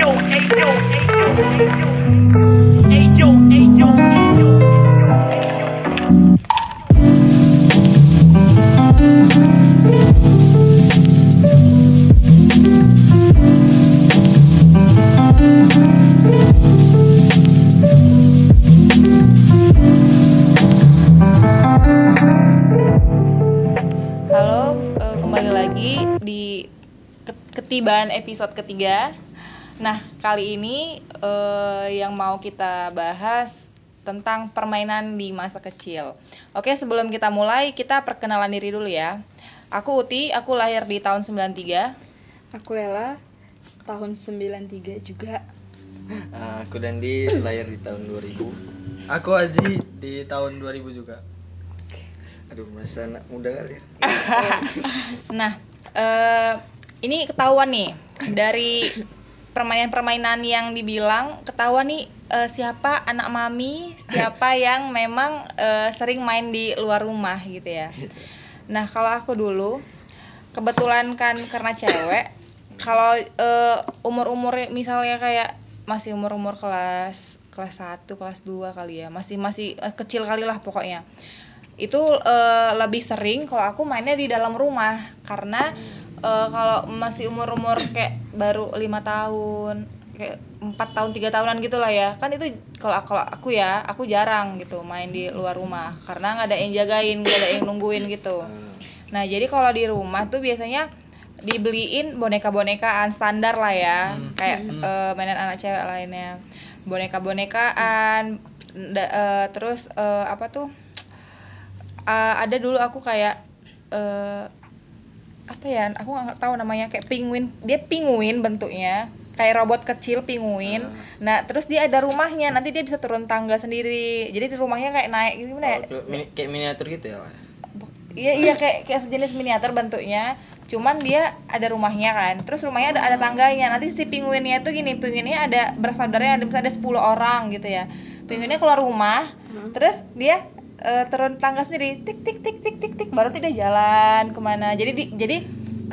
Kembali lagi di Ketibaan episode ketiga. Nah, kali ini yang mau kita bahas tentang permainan di masa kecil. Oke, sebelum kita mulai, kita perkenalan diri dulu ya. Aku Uti, aku lahir di tahun 93. Aku Lela, tahun 93 juga. Aku Dandi, lahir di tahun 2000. Aku Aji, di tahun 2000 juga. Aduh, merasa anak muda kali ya. Nah, ini ketahuan nih dari permainan-permainan yang dibilang, ketahuan nih siapa anak mami, siapa yang memang sering main di luar rumah gitu ya. Nah, kalau aku dulu kebetulan kan karena cewek, kalau umur-umur misalnya kayak masih umur-umur kelas 1, kelas 2 kali ya, masih kecil kali lah pokoknya. Itu lebih sering kalau aku mainnya di dalam rumah, karena kalau masih umur kayak baru 5 tahun, kayak 4 tahun 3 tahunan gitu lah ya, kan itu kalau aku ya, aku jarang gitu main di luar rumah karena nggak ada yang jagain, nggak ada yang nungguin gitu. Nah, jadi kalau di rumah tuh biasanya dibeliin boneka-bonekaan standar lah ya, kayak mainan anak cewek lainnya, boneka-bonekaan, terus apa tuh, ada dulu aku kayak apa ya, aku nggak tahu namanya, kayak penguin, dia penguin bentuknya kayak robot kecil penguin. Nah, terus dia ada rumahnya, nanti dia bisa turun tangga sendiri, jadi di rumahnya kayak naik gitu, gimana ya, kayak miniatur gitu ya. Iya kayak sejenis miniatur bentuknya, cuman dia ada rumahnya kan, terus rumahnya ada tangganya. Nanti si penguinnya tuh gini, penguinnya ada bersaudaranya, ada misalnya ada 10 orang gitu ya. Penguinnya keluar rumah, terus dia turun tangga sendiri, tik tik tik tik tik tik, baru tidak jalan kemana. Jadi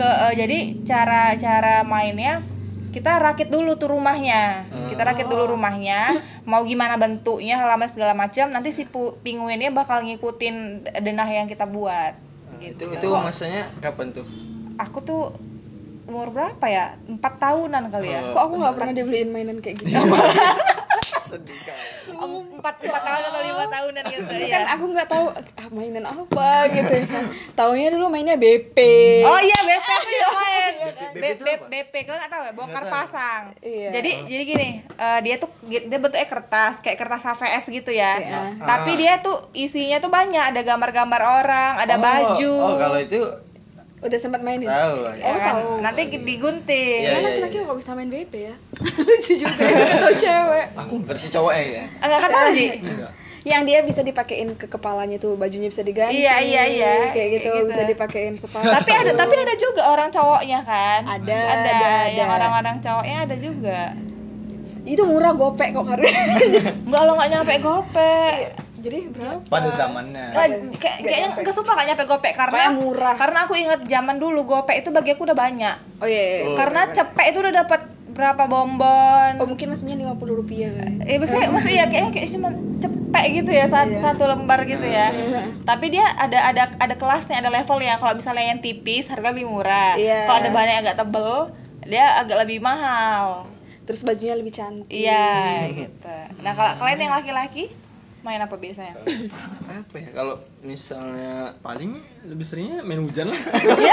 cara mainnya, kita rakit dulu tuh rumahnya, mau gimana bentuknya, halaman segala macam, nanti si penguinnya bakal ngikutin denah yang kita buat. Gitu. Itu masanya kapan tuh? Aku tuh umur berapa ya, 4 tahunan kali ya. Kok aku nggak pernah dibeliin mainan kayak gitu? Sedih kan. 4 tahun atau 5 tahunan gitu ya. Kan aku nggak tahu mainan apa gitu. Taunya dulu mainnya BP. Oh iya, BP aku juga main. BP kalian nggak tahu ya, bongkar pasang. Iya. Jadi gini, dia bentuknya kertas, kayak kertas HVS gitu ya. Iya. Tapi dia tuh isinya tuh banyak, ada gambar-gambar orang, ada baju. Oh, kalau itu Udah sempat mainin? tahu lah ya. Ya kan? Tahu. Nanti digunting. Iya. Laki-laki kok bisa main BP ya? Lucu juga ya, atau cewek. Aku versi cowoknya ya. Enggak kan tahu sih. Yang dia bisa dipakein ke kepalanya tuh, bajunya bisa diganti. Iya. Kayak gitu, Kayak gitu. bisa dipakein sepatu. Tapi ada juga orang cowoknya kan. Ada. Yang orang-orang cowoknya ada juga. Itu murah, gopek kok harganya. Enggak, lo nggak nyampe gopek. Jadi berapa? Pada zamannya. Kayaknya nggak suka, nggak nyampe gopek, Kayak murah. karena aku inget zaman dulu gopek itu bagi aku udah banyak. Oh iya. Karena cepek itu udah dapat berapa bonbon. Oh, mungkin maksudnya Rp50 kali. Maksudnya kayak cuma cepek gitu ya, satu lembar gitu ya. Tapi dia ada kelasnya, ada levelnya. Kalau misalnya yang tipis harga lebih murah. Iya. Kalau ada bahannya agak tebel, dia agak lebih mahal. Terus bajunya lebih cantik. Iya, gitu. Nah, kalau kalian yang laki-laki main apa biasanya? Apa ya? Kalau misalnya Paling lebih seringnya main hujan lah. Ya.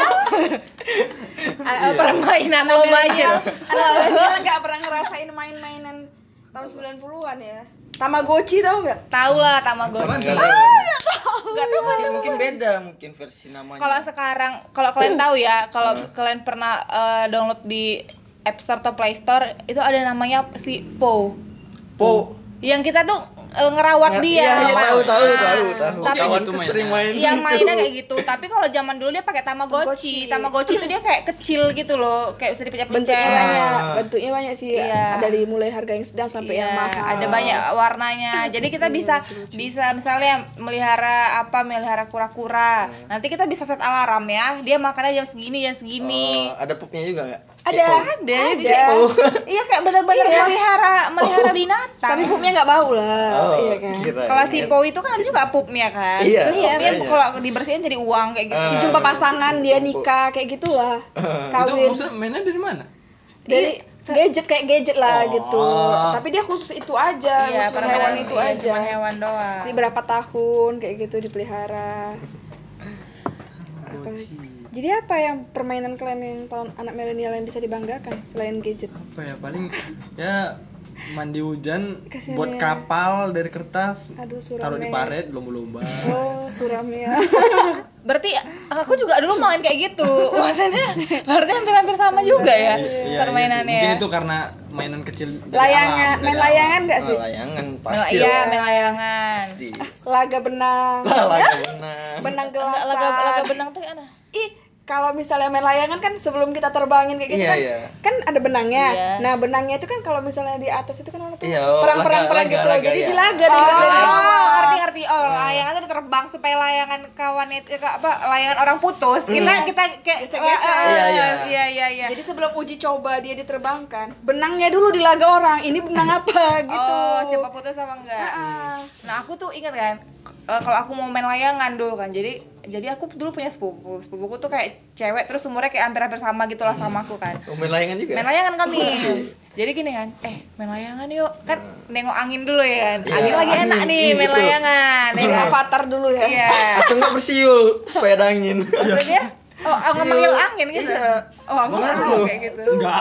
Permainan lo aja. Anak nggak pernah ngerasain main-mainan tahun 90-an ya. Tamagotchi tau nggak? Tahu lah Tamagotchi. Enggak tahu. Mungkin beda, mungkin versi namanya. Kalau sekarang, kalau kalian tahu ya, kalau kalian pernah download di App Store atau Play Store, itu ada namanya si Po. Yang kita tuh ngerawat dia. Iya, tahu. Tapi Kawanku gitu sering main. Iya, gitu. mainnya kayak gitu. Tapi kalau zaman dulu dia pakai Tamagotchi. Tamagotchi itu dia kayak kecil gitu loh, kayak bisa dipencet-pencet. Bentuknya banyak sih. Iya. Ada dari mulai harga yang sedang sampai yang mahal. Ada banyak warnanya. Jadi kita bisa misalnya melihara kura-kura. Nanti kita bisa set alarm ya. Dia makannya jam segini. Ada pupnya juga nggak? Ada. Iya, kayak benar-benar melihara binatang. Tapi pupnya nggak bau lah. Iya kan. Kalau si Po itu kan ada juga pupnya kan. Iya, Terus pupnya makanya. kalau dibersihin jadi uang kayak gitu. Jumpa pasangan dia nikah kayak gitulah. Itu Kawin maksudnya mainnya dari mana? dari gadget lah Oh. gitu. Tapi dia khusus itu aja, Iya, khusus hewan itu aja. Cuma hewan doang. Di berapa tahun kayak gitu dipelihara. Jadi apa yang permainan kalian yang tahun anak milenial yang bisa dibanggakan selain gadget? Apa ya, paling ya mandi hujan, Kasihan buat ya. kapal dari kertas, Aduh, taruh di suramnya. paret, lomba-lomba. Oh, suramnya. Berarti aku juga dulu main kayak gitu. Maksudnya berarti hampir sama juga ya Iya, permainannya. Mungkin ya. itu karena mainan kecil dari Layangan, alam, main dari layangan nggak sih? Layangan pasti. Iya, dong. main layangan. Pasti. Laga benang. Laga benang. Benang Enggak, gelasan. laga benang tuh mana? Ih, kalau misalnya main layangan kan sebelum kita terbangin kayak gitu Iya. kan ada benangnya. Iya. Nah, benangnya itu kan kalau misalnya di atas itu kan ada tuh Iya, perang-perang laga, gitu. laga, Jadi iya. dilaga Ngerti. Layangan tuh terbang supaya layangan kawan itu layangan orang putus. Kita kayak Gesek-gesek. Iya. Jadi sebelum uji coba dia diterbangkan, benangnya dulu dilaga orang. Ini benang apa gitu. Oh, coba putus apa enggak? Nah, aku tuh ingat kan, kalau aku mau main layangan dulu kan. Jadi aku dulu punya sepupuku tuh kayak cewek, terus umurnya kayak hampir sama gitulah sama aku kan. Main layangan juga. Main layangan kami. Jadi gini kan, main layangan yuk. Kan nengok angin dulu ya kan. Iya, Angin lagi enak angin, nih, main betul. layangan. Ya kan? Avatar dulu ya. Iya. Atau enggak bersiul supaya ada angin. Maksudnya ngemanggil angin gitu. Iya. Oh, aku Benar nggak loh. kayak gitu. Enggak.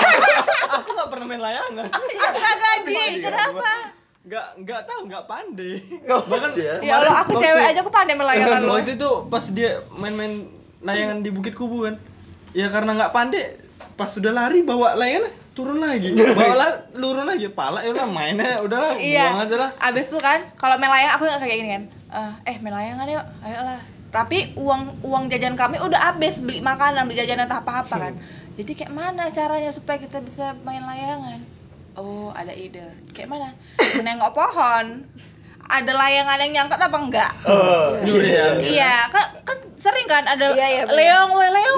Aku enggak pernah main layangan. Enggak gaji, kenapa? Enggak tahu, enggak pandai. Bahkan dia. Ya Allah, aku cewek aja aku pandai main layangan loh. Waktu itu pas dia main-main layangan di Bukit Kubu kan. Ya karena enggak pandai, pas sudah lari bawa layangan turun lagi. Turun lagi, pala ya udah mainnya udahlah, buang aja lah. Abis itu kan, kalau main layangan aku nggak kayak gini kan. Main layangan yuk, ayolah. Tapi uang jajan kami udah habis beli makanan, beli jajanan atau apa-apa kan. Jadi kayak mana caranya supaya kita bisa main layangan? Oh, ada ide. Kayak mana? Nengok pohon. Ada layangan yang nyangkut apa enggak? Oh, Iya, kan sering kan ada Iya, leong,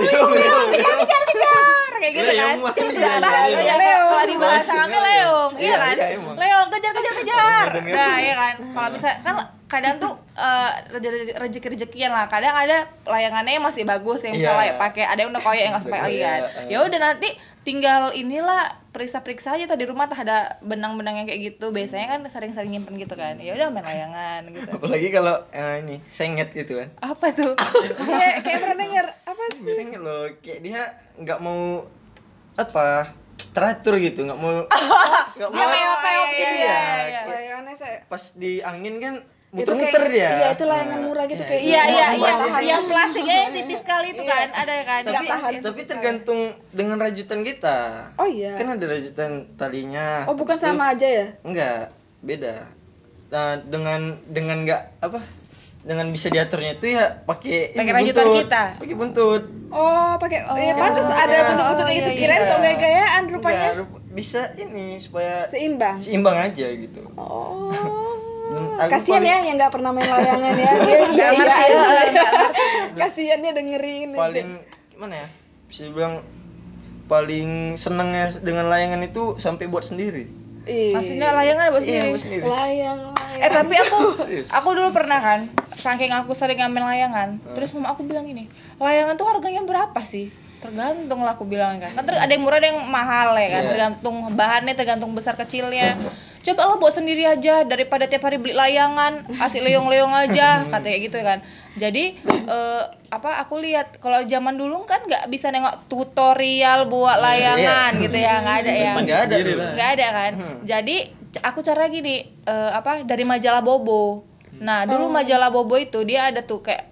kejar kayak gitu kan. Kalau di bahasa kami leong, iya kan? Iya, emang. Leong kejar. Nah, iya kan. Kalau misalnya kan kadang tuh rezeki-rezekian lah. Kadang ada layangannya yang masih bagus yang bisa layak pakai, ada yang udah koyak yang nggak sampai lagi kan. Ya udah nanti tinggal inilah periksa aja tadi rumah tuh ada benang-benang yang kayak gitu. Biasanya kan sering-sering nyimpen gitu kan. Ya udah main layangan gitu. Apalagi kalau ini senget gitu kan. Apa tuh? Kayak pernah denger apa sih? Senget loh, kayak dia nggak mau apa teratur gitu, nggak mau Dia peot-peot gitu iya. ya. Layangannya saya Pas di angin kan itu muter-muter kayak- dia. Iya, itu layangan murah gitu kayak Iya, tahan. yang plastiknya yang tipis sekali itu kan, ada kan. Tapi, tahan. tapi tergantung dengan rajutan kita. Oh iya. Kan ada rajutan talinya. Oh, bukan Habis itu- sama aja ya? Enggak, beda. Nah, dengan nggak apa? Dengan bisa diaturnya itu ya pakai ini, rajutan buntut. kita. Pakai buntut. Oh, pakai iya pantas ada bentuk-bentuk kayak gitu. Kirain kok gaya-gayaan rupanya. Enggak, bisa ini supaya Seimbang. seimbang aja gitu. Oh. Aku Kasihan paling- ya yang nggak pernah main layangan ya. Dia iya aja. Kasihan dia dengerin. Paling gimana ya? Bisa bilang paling senengnya dengan layangan itu sampai buat sendiri. Maksudnya layangan buat Iya, sendiri. buat sendiri. Layang. Tapi Serius. aku dulu pernah kan, saking aku sering ngambil layangan, terus mama aku bilang gini, layangan tuh harganya berapa sih? Tergantung lah aku bilang kan. Ada yang murah, ada yang mahal ya kan, Iya. tergantung bahannya, tergantung besar kecilnya. Coba lo buat sendiri aja daripada tiap hari beli layangan, asik leong-leong aja, katanya gitu kan. Jadi aku lihat kalau zaman dulu kan nggak bisa nengok tutorial buat layangan gitu ya, nggak ada ya. Nggak ada. Sendiri lah. Nggak ada kan. Jadi aku cara gini, dari majalah Bobo. Nah, dulu majalah Bobo itu dia ada tuh kayak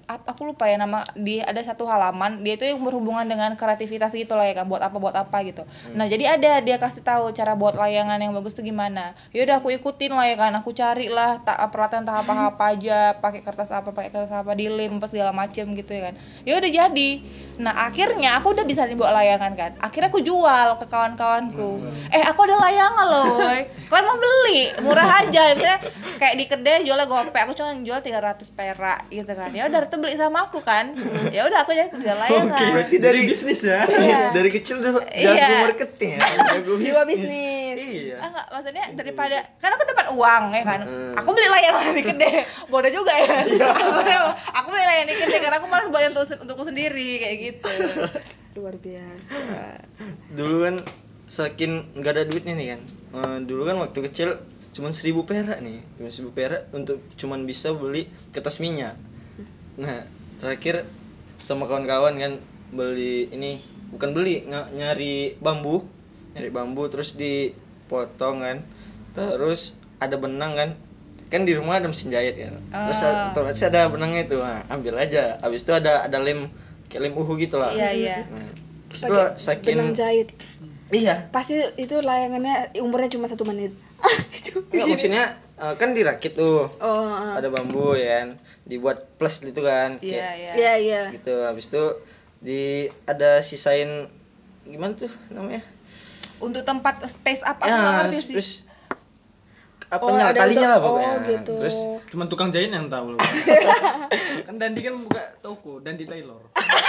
aku lupa ya nama, di ada satu halaman dia itu yang berhubungan dengan kreativitas gitu lah ya kan, buat apa gitu. Nah jadi ada dia kasih tahu cara buat layangan yang bagus tuh gimana. Ya udah aku ikutin lah ya kan, aku cari lah peralatan tahap apa aja, pakai kertas apa dilem apa segala macem gitu ya kan. Ya udah jadi. Nah akhirnya aku udah bisa dibuat layangan kan, akhirnya aku jual ke kawan-kawanku. Aku ada layangan loh, kalian mau beli? Murah aja, misalnya kayak di kedai jualnya gope, aku cuma jual 300 perak gitu kan. Ya udah itu beli sama aku kan. Ya udah aku jadi jual layangan. Berarti dari bisnis ya. Iya. Dari kecil udah jago marketing ya. Jago Jiwa bisnis. Iya. Enggak, maksudnya daripada kan aku dapat uang ya kan. Aku beli layangan di kedai. Bodoh juga ya kan. Aku beli layangan di kedai karena aku malas buat untukku sendiri kayak gitu. Luar biasa. Dulu kan saking nggak ada duitnya nih kan. Dulu kan waktu kecil cuman 1.000 perak nih. Cuma 1.000 perak untuk cuman bisa beli kertas minyak. Nah, terakhir sama kawan-kawan kan beli ini, bukan beli, nyari bambu terus dipotong kan. Terus ada benang kan di rumah ada mesin jahit kan. Terus otomatis ada benangnya itu. Nah, ambil aja. Habis itu ada lem kayak lem uhu gitu lah. Iya. Nah, terus gua saking benang jahit. Iya. Pasti itu layangannya umurnya cuma 1 menit. Enggak, maksudnya kan dirakit tuh. Oh, Ada bambu ya kan, dibuat plus gitu kan. Iya. Iya. Gitu. Habis itu ada sisain gimana tuh namanya? Untuk tempat space apa aku Ya, nggak ngerti sih. terus ada talinya lah pokoknya. Oh, gitu. Terus Cuma tukang jahit yang tahu loh. Kan Dandi kan buka toko, Dandi Taylor.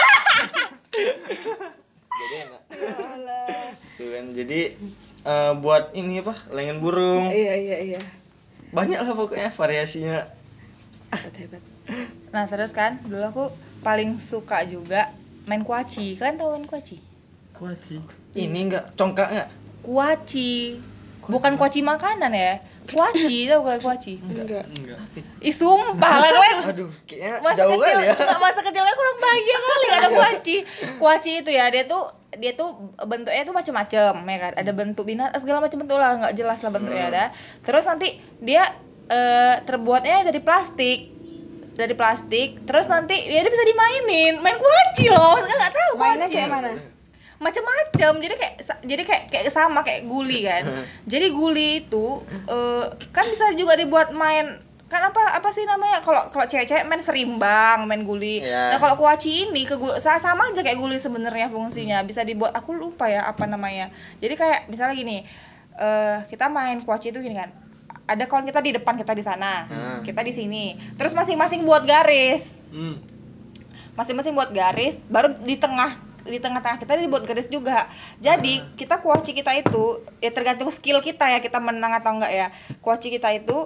jadi enak. Tuh kan, jadi buat ini apa? Layangan burung. Iya. Banyak lah pokoknya variasinya. Hebat. Nah terus kan dulu aku paling suka juga main kuaci. Kalian tahu main kuaci? Kuaci. Ini enggak congkak enggak? Kuaci. Bukan kuaci makanan ya. Kuaci, tahu kalian kuaci? Enggak. Ih sumpah lah kalian. Aduh, kayaknya Masa jauh kecil, kali ya. masa kecil kan kurang bahagia kali gak ada kuaci. Kuaci itu ya dia tuh bentuknya tuh macam-macam ya kan. Ada bentuk binatang segala macam bentuk lah, nggak jelas lah bentuknya ada. Terus nanti dia terbuatnya dari plastik. Terus nanti ya dia bisa dimainin. Main kuaci loh. Nggak tahu Mainnya kuaci. kayak mana? Macam-macam, jadi kayak sama kayak guli kan. Jadi guli itu kan bisa juga dibuat main, kan apa sih namanya, kalau cewek-cewek main serimbang, main guli. Yeah. Nah kalau kuaci ini sama aja kayak guli sebenarnya fungsinya. Bisa dibuat, aku lupa ya apa namanya. Jadi kayak misalnya gini, kita main kuaci itu gini kan, ada kawan kita di depan, kita di sana, kita di sini, terus masing-masing buat garis. Masing-masing buat garis, baru di tengah-tengah kita dibuat garis juga. Jadi kita kuaci kita itu ya tergantung skill kita ya, kita menang atau enggak ya. Kuaci kita itu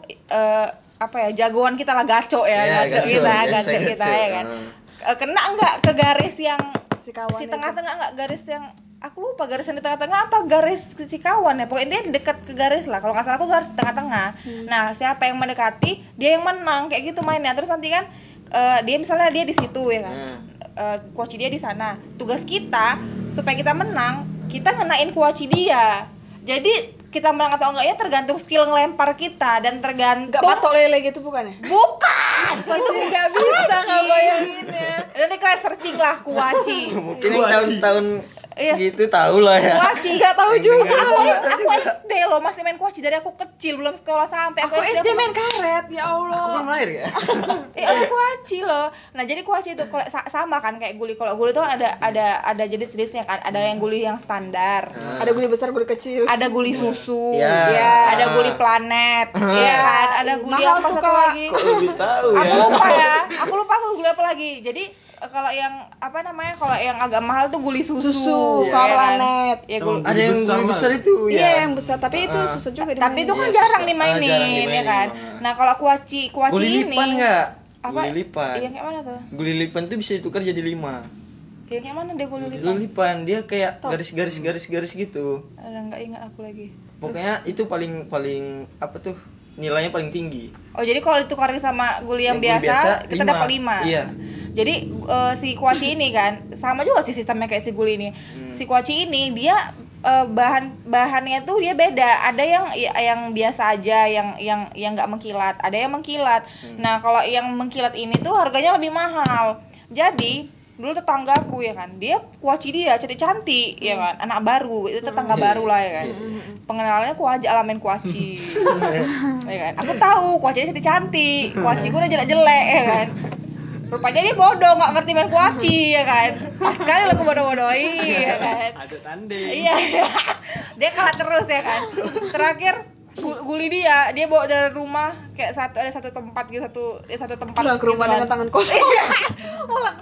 jagoan kita lah, gaco ya, gaco kita ya kan. Kena enggak ke garis yang si tengah-tengah, enggak garis yang aku lupa garis yang di tengah-tengah apa garis si kawan ya. Pokoknya dia dekat ke garis lah. Kalau nggak salah aku garis tengah-tengah. Nah siapa yang mendekati dia yang menang kayak gitu mainnya. Terus nanti kan dia misalnya dia di situ ya kan. Kuaci dia di sana. Tugas kita supaya kita menang, kita ngenain kuaci dia. Jadi kita menang atau enggaknya tergantung skill ngelempar kita dan tergantung. Enggak patok lele gitu bukan ya? Bukan. Pasti enggak bisa enggak bayangin ya. Nanti kalian searching lah kuaci. Mungkin yang tahun-tahun gitu tahu lah ya. Kuaci enggak tahu juga. Aku SD loh masih main kuaci dari aku kecil, belum sekolah sampai Aku SD main karet, ya Aku Allah. belum lahir ya. Aku kuaci loh. Nah, jadi kuaci itu kalau sama kan kayak guli. Kalau guli itu kan ada jenis-jenisnya kan. Ada yang guli yang standar. Ada guli besar, guli kecil. Ada guli susu. Ya. Ada guli planet. Iya kan? Ada guli Mahal apa tuh, satu Kak. lagi? Kok lebih tahu ya? Aku lupa guli apa lagi. Jadi kalau yang kalau yang agak mahal tuh guli susu sama ya kan? planet. Ya, Sama Ada yang besar guli lah. besar itu ya. Iya, yang besar, tapi itu susah juga tapi itu kan Iya, jarang susah. dimainin, Jarang dimainin, ya kan. banget. Nah, kalau kuaci Guli ini lipan enggak? apa? Guli lipan. Iya, kayak mana tuh? Guli lipan tuh bisa ditukar jadi 5. Iya, kayak mana deh guli Guli lipan? lipan dia kayak Top. garis-garis gitu. Enggak ingat aku lagi. Pokoknya itu paling apa tuh? Nilainya paling tinggi. Oh, jadi kalau ditukarin sama guli yang Yang guli biasa, kita 5. dapat 5. Iya. Jadi si kuaci ini kan sama juga sih sistemnya kayak si guli ini. Si kuaci ini dia bahannya tuh dia beda. Ada yang biasa aja, yang nggak mengkilat, ada yang mengkilat. Nah kalau yang mengkilat ini tuh harganya lebih mahal. Jadi dulu tetanggaku ya kan, dia kuaci dia cantik ya kan, anak baru itu tetangga baru lah ya kan. Pengenalannya ku aja alamin kuaci. Ya kan, aku tahu kuacinya cantik, kuaci gue udah jelek-jelek ya kan. Rupanya dia bodoh, nggak ngerti main kuaci ya kan. Pas kali lah aku bodoh-bodohi ya kan. Ada tanding. Iya. Dia kalah terus ya kan. Terakhir guli dia bawa dari rumah kayak ada satu tempat gitu, satu tempat pulang ke rumah gitu dengan tangan kosong. pulang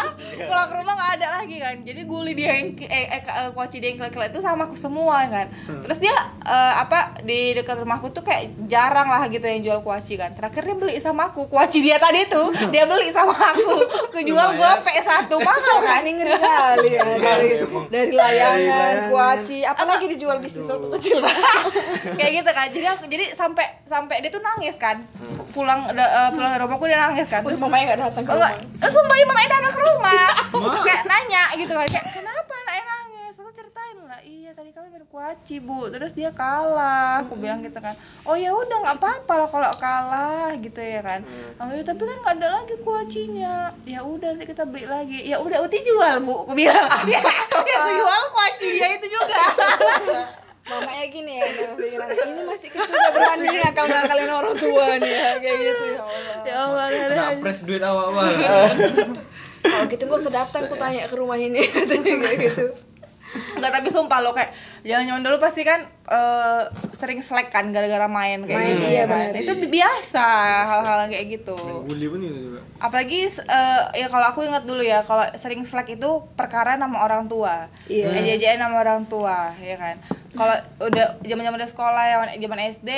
ke rumah nggak ada lagi kan. Jadi guli dia yang kuaci dia yang kelek-kelek itu sama aku semua kan. Terus dia di dekat rumahku tuh kayak jarang lah gitu yang jual kuaci kan. Terakhir dia beli sama aku kuaci dia tadi tuh, dia beli sama aku jual gope satu, mahal kan. Ini ngeri kali ya, dari layangan, kuaci, apalagi dijual bisnis waktu kecil. Kayak gitu kan. Jadi sampai dia tuh nangis kan. Pulang dari rumahku dia nangis kan. Terus mamanya nggak datang ke rumah. Sumpah mamanya datang ke rumah. Kayak nanya gitu kan, kayak kenapa anaknya nangis? Aku ceritain lah, iya tadi kami main kuaci bu, terus dia kalah. Aku bilang gitu kan, oh ya udah nggak apa-apa lah kalau kalah gitu ya kan. Oh ya tapi kan nggak ada lagi kuacinya. Ya udah nanti kita beli lagi. Ya udah Uti jual bu, aku bilang. Dia jual kuaci dia itu juga. Mamanya gini ya, ini masih kecil udah berani ngakal-ngakalin orang tua nih ya, kayak gitu ya Allah. Ada pres duit awal-awal. Kalau gitu gue sedatang ku tanya ke rumah ini kayak gitu. Enggak, tapi sumpah lo kayak zaman dulu pasti kan sering slack kan gara-gara main kayak Main, gitu. iya, Kan. benar. Itu biasa hal-hal kayak gitu. Guli pun itu juga. Apalagi ya kalau aku ingat dulu ya, kalau sering slack itu perkara nama orang tua. Iya. Jajan nama orang tua, ya kan. Kalau udah zaman-zaman sekolah ya, zaman SD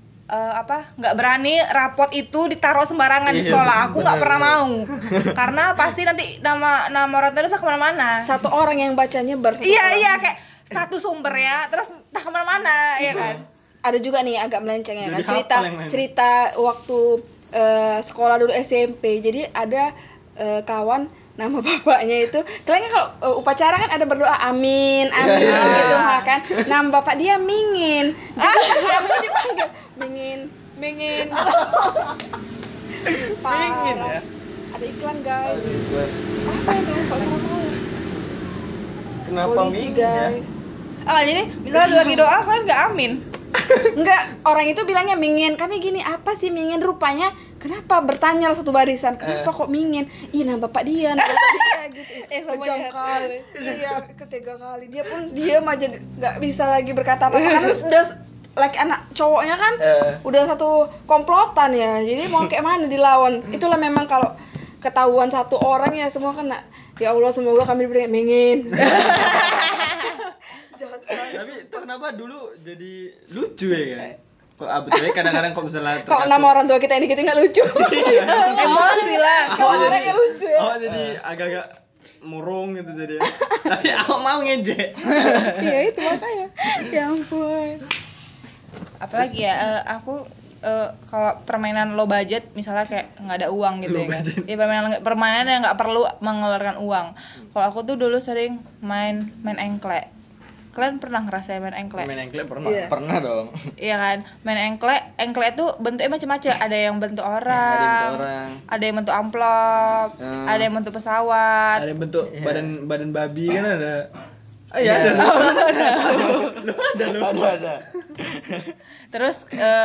nggak berani rapot itu ditaruh sembarangan di sekolah. Aku nggak pernah mau. Karena pasti nanti nama orang tua itu kemana-mana. Satu orang yang bacanya Iya kayak satu sumber ya, terus entah kemana-mana ya kan. Ada juga nih agak melenceng ya kan, Jadi hafal yang lain. cerita waktu sekolah dulu SMP. Jadi ada kawan nama bapaknya itu, kalian kan kalau upacara kan ada berdoa amin gitu kan. Nama bapak dia Mingin. Jadi namanya dipanggil Mingin. Mingin ya. Ada iklan guys. Apa Apa itu? Kok serem banget. Kenapa Polisi Mingin ya? guys. Jadi misalnya lagi doa kalian nggak amin. Enggak, orang itu bilangnya Mingin. Kami gini, apa sih Mingin? Rupanya kenapa bertanya satu barisan? Kenapa kok Mingin? Ih, nama bapak dia gitu. Kejam kali. Iya, ketiga kali. Dia pun diam aja, nggak bisa lagi berkata apa-apa. Karena udah like anak cowoknya kan udah satu komplotan ya. Jadi mau kayak mana dilawan? Itulah memang kalau ketahuan satu orang ya semua kena. Ya Allah, semoga kami diberi Mingin. Tapi itu kenapa dulu jadi lucu ya kan? Kok betulnya kadang-kadang kok misalnya Kalau nama orang tua kita ini gitu nggak lucu. Emosi lah. Orangnya lucu ya. Oh jadi agak-agak murung gitu jadi. Tapi awak mau ngejek. Iya itu makanya. Ya ampun. Apalagi ya, aku kalau permainan low budget misalnya kayak nggak ada uang gitu ya kan. Ya permainan yang nggak perlu mengeluarkan uang. Kalau aku tuh dulu sering main engklek. Kalian pernah ngerasain main engklek? Main engklek pernah. Iya. Pernah dong. Iya kan, main engklek itu bentuknya macam-macam. Ada yang bentuk orang, ada yang bentuk amplop, ada yang bentuk pesawat. Ada yang bentuk badan babi kan ada. Oh iya ada. Ada. Terus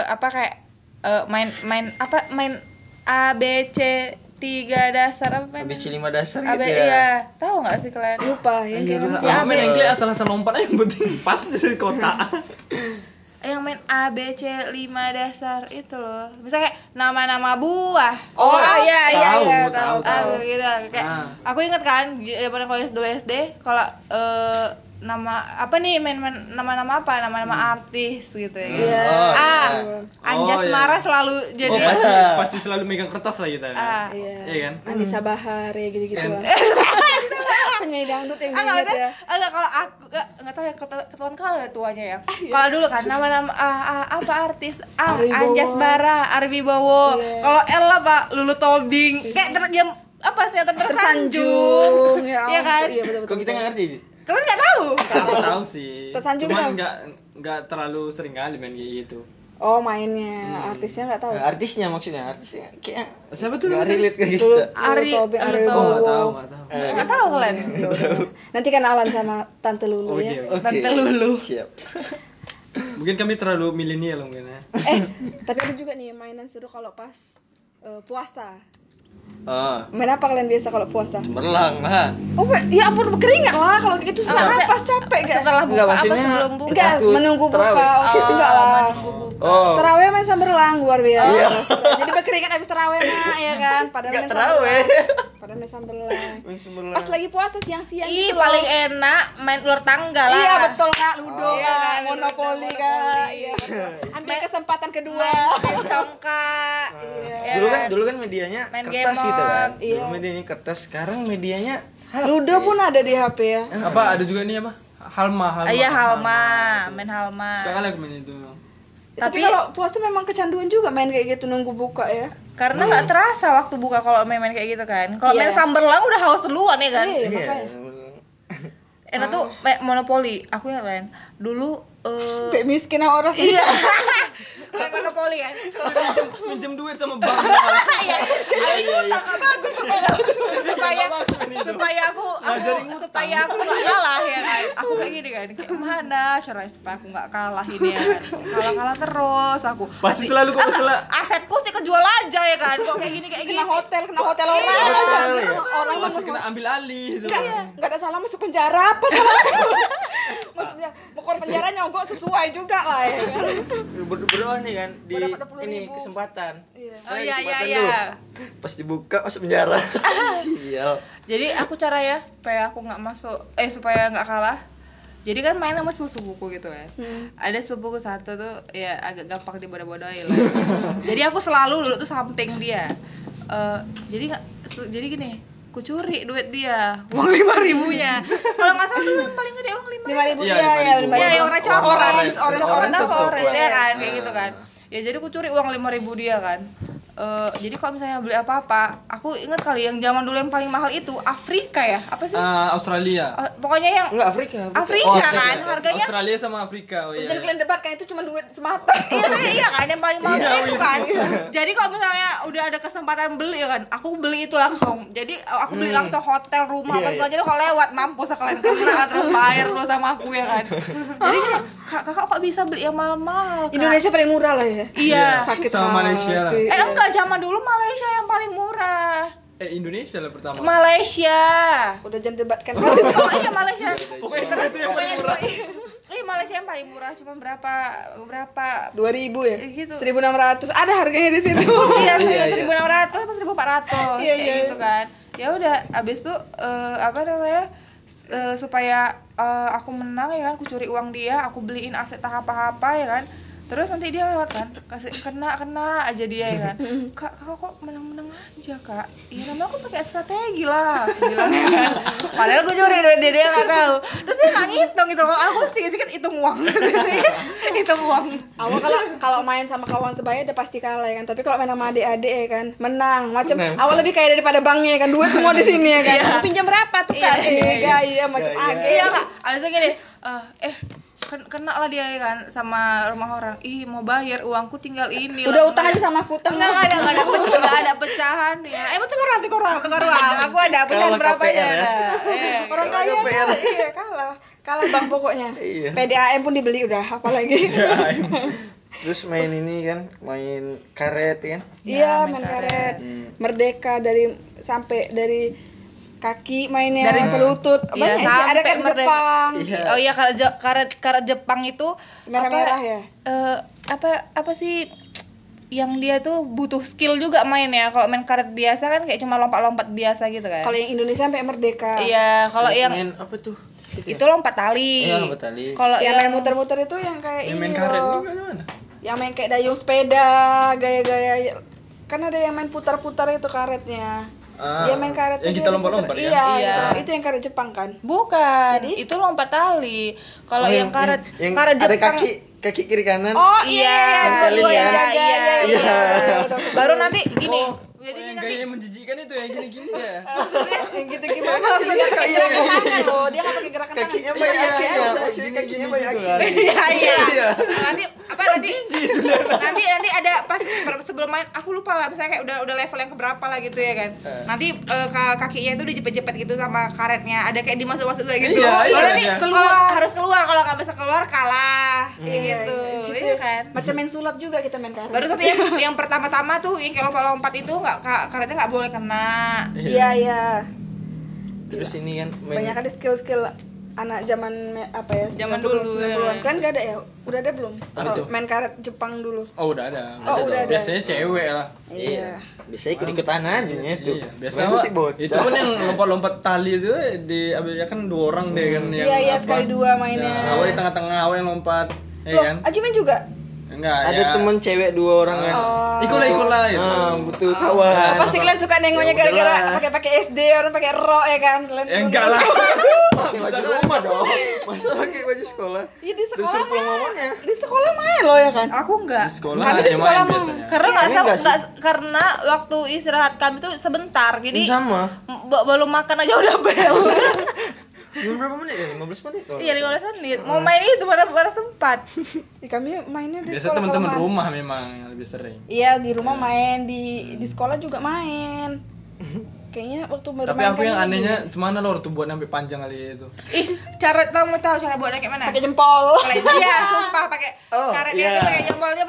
main A B C 3 dasar apa main? ABC 5 dasar AB, gitu ya. iya, tahu nggak sih kalian? Lupa yang kayak gitu. Ya main engklek asal-asal lompat aja yang penting pas di kotak. Yang main A B C 5 dasar itu loh. Misalnya kayak nama-nama buah. Oh iya tahu. Gitu. Kayak aku inget kan pada kalau dulu SD kalau nama apa nih main nama-nama apa? Nama-nama artis gitu ya. Iya. Anjasmara selalu jadi pasti selalu megang kertas lah kita. Iya kan? Anissa Bahar ya gitu-gitu lah. Penyanyi dangdut yang diingat ya. Enggak, kalau aku enggak tahu ya ketuan kali tuanya ya. Kalau dulu kan nama-nama apa artis? Anjasmara, Arwibowo. Kalau L apa? Lulu Tobing. Kayak tersanjung. Ya Iya kan? Iya betul. Kok kita nggak ngerti? Kalian nggak tahu? Aku tahu sih. Tersanjung Cuman tahu? nggak terlalu sering kali main kayak gitu. Oh, mainnya. Artisnya nggak tahu. Artisnya maksudnya, artisnya kayak Siapa tuh nggak namanya? relate kayak gitu. Lulu Ari- Tobing, Ari Lulu Oh, nggak Bowo. tahu, nggak tahu. Nggak tahu kalian? Ya udah. Nanti kenalan sama Tante Lulu ya. Oke. Tante Lulu. Siap. Mungkin kami terlalu milenial mungkin ya. Tapi ada juga nih mainan seru kalau pas puasa. Oh, Main apa kalian biasa kalau puasa? cemerlang lah. Oh, ya ampun berkeringat lah kalau gitu susah napas capek gak? Setelah buka Enggak, apa maksudnya sebelum buka? Enggak, Waktu menunggu buka. terawih. Oke, enggak lah. Menunggu buka. Oh, Terawih main samberlang luar biasa. Iya. Jadi berkeringat habis terawih mak ya kan? Padahal nggak main terawih. samberlang. Padahal main samberlang. Main cemerlang. Pas lagi puasa siang-siang Ih, gitu loh. paling enak main ular tangga lah. Iya betul Kak, Ludo Oh. Kak, Iya, kan, Monopoli Monopoli. Kak. Iya betul. Ambil kesempatan kedua. Main tongkat. Iya. Ya Dulu kan medianya Main kertas Game gitu kan. Iya. Dulu medianya kertas, sekarang medianya Ludo pun ada di HP ya. Apa ada juga nih apa? Halma. Iya, Halma, itu. main Halma. Suka kali aku main itu. Tapi Tapi kalau puasa memang kecanduan juga main kayak gitu nunggu buka ya. karena nggak terasa waktu buka kalau main-main kayak gitu kan. Kalau Iya. main samberlang udah haus duluan ya kan. Iya, Iya. makanya. Enak tuh main Monopoli. Aku yang lain. Dulu Kayak miskin orang sih. iya. Main Monopoli kan. Minjem duit sama bank. Iya. Aku tak bagus supaya aku nggak kalah ya kan. Aku kayak gini kan. Kayak mana caranya supaya aku nggak kalah ini ya kan. Kalah terus aku. Pasti selalu kok masalah. Asetku sih kejual aja ya kan. Kok kayak gini Kena hotel orang. Iya. Orang Masih kena ambil alih itu. enggak ada salah masuk penjara apa salah. Maksudnya mau keluar penjara nyogok sesuai juga lah ya kan. Berdoa nih kan di Mau dapat 20.000. ini kesempatan. Iya. Oh iya iya Kesempatan iya. tuh. Pas dibuka masuk penjara. Sial. Jadi aku cara ya supaya aku nggak masuk supaya nggak kalah. Jadi kan main sama sepupuku gitu kan. Ada sepupuku satu tuh ya agak gampang dibodoh-bodohin lah. Jadi aku selalu dulu tuh samping dia. Jadi gini, ku curi duit dia, uang 5.000-nya. Kalau nggak salah dulu yang paling gede uang 5.000. 5.000 Iya, ya, 5.000. Iya, yang warna coklat. Orange Coklat apa coklat. orange ya kan, kayak Ah. gitu kan. Ya jadi aku curi uang 5.000 dia kan. Jadi kalau misalnya beli apa-apa, aku inget kali yang zaman dulu yang paling mahal itu Afrika ya, apa sih? Australia. Pokoknya yang Enggak Afrika. Afrika kan, harganya. Australia sama Afrika. Oh iya. Jangan kalian debat kan itu cuma duit semata. Iya kan, yang paling mahal Iya, itu kan. Jadi kalau misalnya udah ada kesempatan beli ya kan, aku beli itu langsung. Jadi aku beli langsung hotel, rumah, Iya, apa iya. jadi kalau lewat mampus kalian kena lah, terus bayar dulu sama aku ya kan. Jadi gini, kakak kok bisa beli yang mahal-mahal? Kak?" Indonesia paling murah lah ya. Iya. Sakit Sama Malaysia lah. hati. Enggak, zaman dulu Malaysia yang paling murah. Indonesia lah pertama. Malaysia. Udah jangan debatkan. Oh iya Malaysia. Pokoknya Terus itu yang paling pokoknya murah. Malaysia yang paling murah cuma berapa 2.000 ya? Gitu. 1.600. Ada harganya di situ. Iya, Iya, 1.600 atau 1.400 Iya, kayak iya. gitu kan. Ya udah, abis itu apa namanya? Supaya aku menang ya kan, aku curi uang dia, aku beliin aset apa-apa ya kan. Terus nanti dia lewat kan, kasih kena aja dia ya kan. Kak, kakak kok menang aja kak? Iya namanya aku pakai strategi lah, aku bilang ya kan. Padahal gue curi duit dia nggak tahu. Terus dia nggak ngitung gitu, kalau aku sedikit hitung uang, hitung uang. Awal kalau main sama kawan sebaya udah pasti kalah ya kan. Tapi kalau main sama adik-adik ya kan, menang. Macam awal lebih kaya daripada banknya ya kan. Duit semua di sini ya kan. Aku pinjam berapa tuh kan? Gaya macam age. Iya kak, abis itu gini, kena lah dia ya kan sama rumah orang. Ih mau bayar uangku tinggal ini. Udah lah. utang aja sama aku utang. Enggak ada pecahan ya. Tukar uang. Aku ada pecahan Kalau berapa KPR ya? ya. Orang kaya KPR. iya kalah bang pokoknya. Iya. PDAM pun dibeli udah apalagi. Terus main ini kan, main karet kan. Iya main main karet. Hmm. Merdeka dari kaki mainnya Dari- ke lutut. Iya, Banyak sih ada sampai karet merdeka. Jepang. Iya. Oh iya karet Jepang itu Merah-merah ya. apa sih yang dia tuh butuh skill juga main ya. Kalau main karet biasa kan kayak cuma lompat-lompat biasa gitu kan. Kalau yang Indonesia sampai merdeka. Iya, kalau yang main apa tuh? itu lompat tali. Iya, lompat tali. Kalau Yang yang main muter-muter itu yang kayak Yang ini main karet loh. ini gimana? Yang main kayak dayung sepeda, gaya-gaya. Kan ada yang main putar-putar itu karetnya. Dia main karet yang tuh kita dia lompat-lompat diputer. ya? Iya, Iya. itu yang karet Jepang kan. bukan, Jadi? itu lompat tali. Kalau Oh, yang karet yang karet ada Jepang kaki kiri kanan. Oh iya, iya, Tempelin dua ya. yang jaga, iya. betul, betul, Baru betul. nanti gini. Oh, Jadi yang kita yang menjijikkan itu yang gini-gini ya. Yang gitu gimana langsung nggak pakai gerakan tangan loh, dia nggak pakai gerakan tangan. Kakinya banyak aksinya, maksudnya kakinya banyak aksinya. Iya. Nanti ada pas sebelum main aku lupa lah, misalnya kayak udah level yang keberapa lah gitu ya kan. Nanti kakinya itu dijepit-jepit gitu sama karetnya, ada kayak dimasuk-masuk kayak gitu. Nanti harus keluar, kalau nggak bisa keluar kalah. Gitu. Iya kan. Macam main sulap juga kita main karet. Baru satu yang pertama-tama tuh yang kalau lompat itu karetnya nggak boleh kena. Iya. Terus ini kan banyak ada skill-skill anak zaman zaman dulu 90-an. Kan enggak ada ya? Udah ada belum? Apa tuh? Main karet Jepang dulu. Oh, udah ada. Udah ada. Biasanya cewek lah. Iya. Biasanya ikut-ikutan aja itu. Iya, biasa itu kan yang lompat-lompat tali itu ya kan 2 orang deh kan yang Iya, sekali 2 mainnya. Nah, awal di tengah-tengah awal yang lompat. Ya kan? Aji main juga? Enggak, ada temen cewek 2 orang kan. Ikut-lah gitu. Butuh kawan. Pasti kalian suka nengoknya gara-gara pakai SD orang pakai rok ya kan? Kalian enggak lah. Pakai baju rumah dong. Masa pakai baju sekolah? Iya di sekolah. Terus pulang mamanya. Di sekolah main loh ya kan? Aku enggak. Di sekolah Kami di ada sekolah main biasanya. Karena karena waktu istirahat kami tuh sebentar. Jadi sama. Belum makan aja udah bel. Berapa menit ya? 15 menit? Iya 15 menit. Mau main itu mana sempat. Kami mainnya di Biasa sekolah. teman-teman rumah memang yang lebih sering. Iya di rumah main, di sekolah juga main. Kayaknya waktu baru Tapi main aku kan yang ini. anehnya cuma tuh buat sampai panjang kali itu. Kamu tahu cara buatnya kayak mana? Pakai jempol. Kalau itu ya sumpah pakai karetnya tuh pakai jempolnya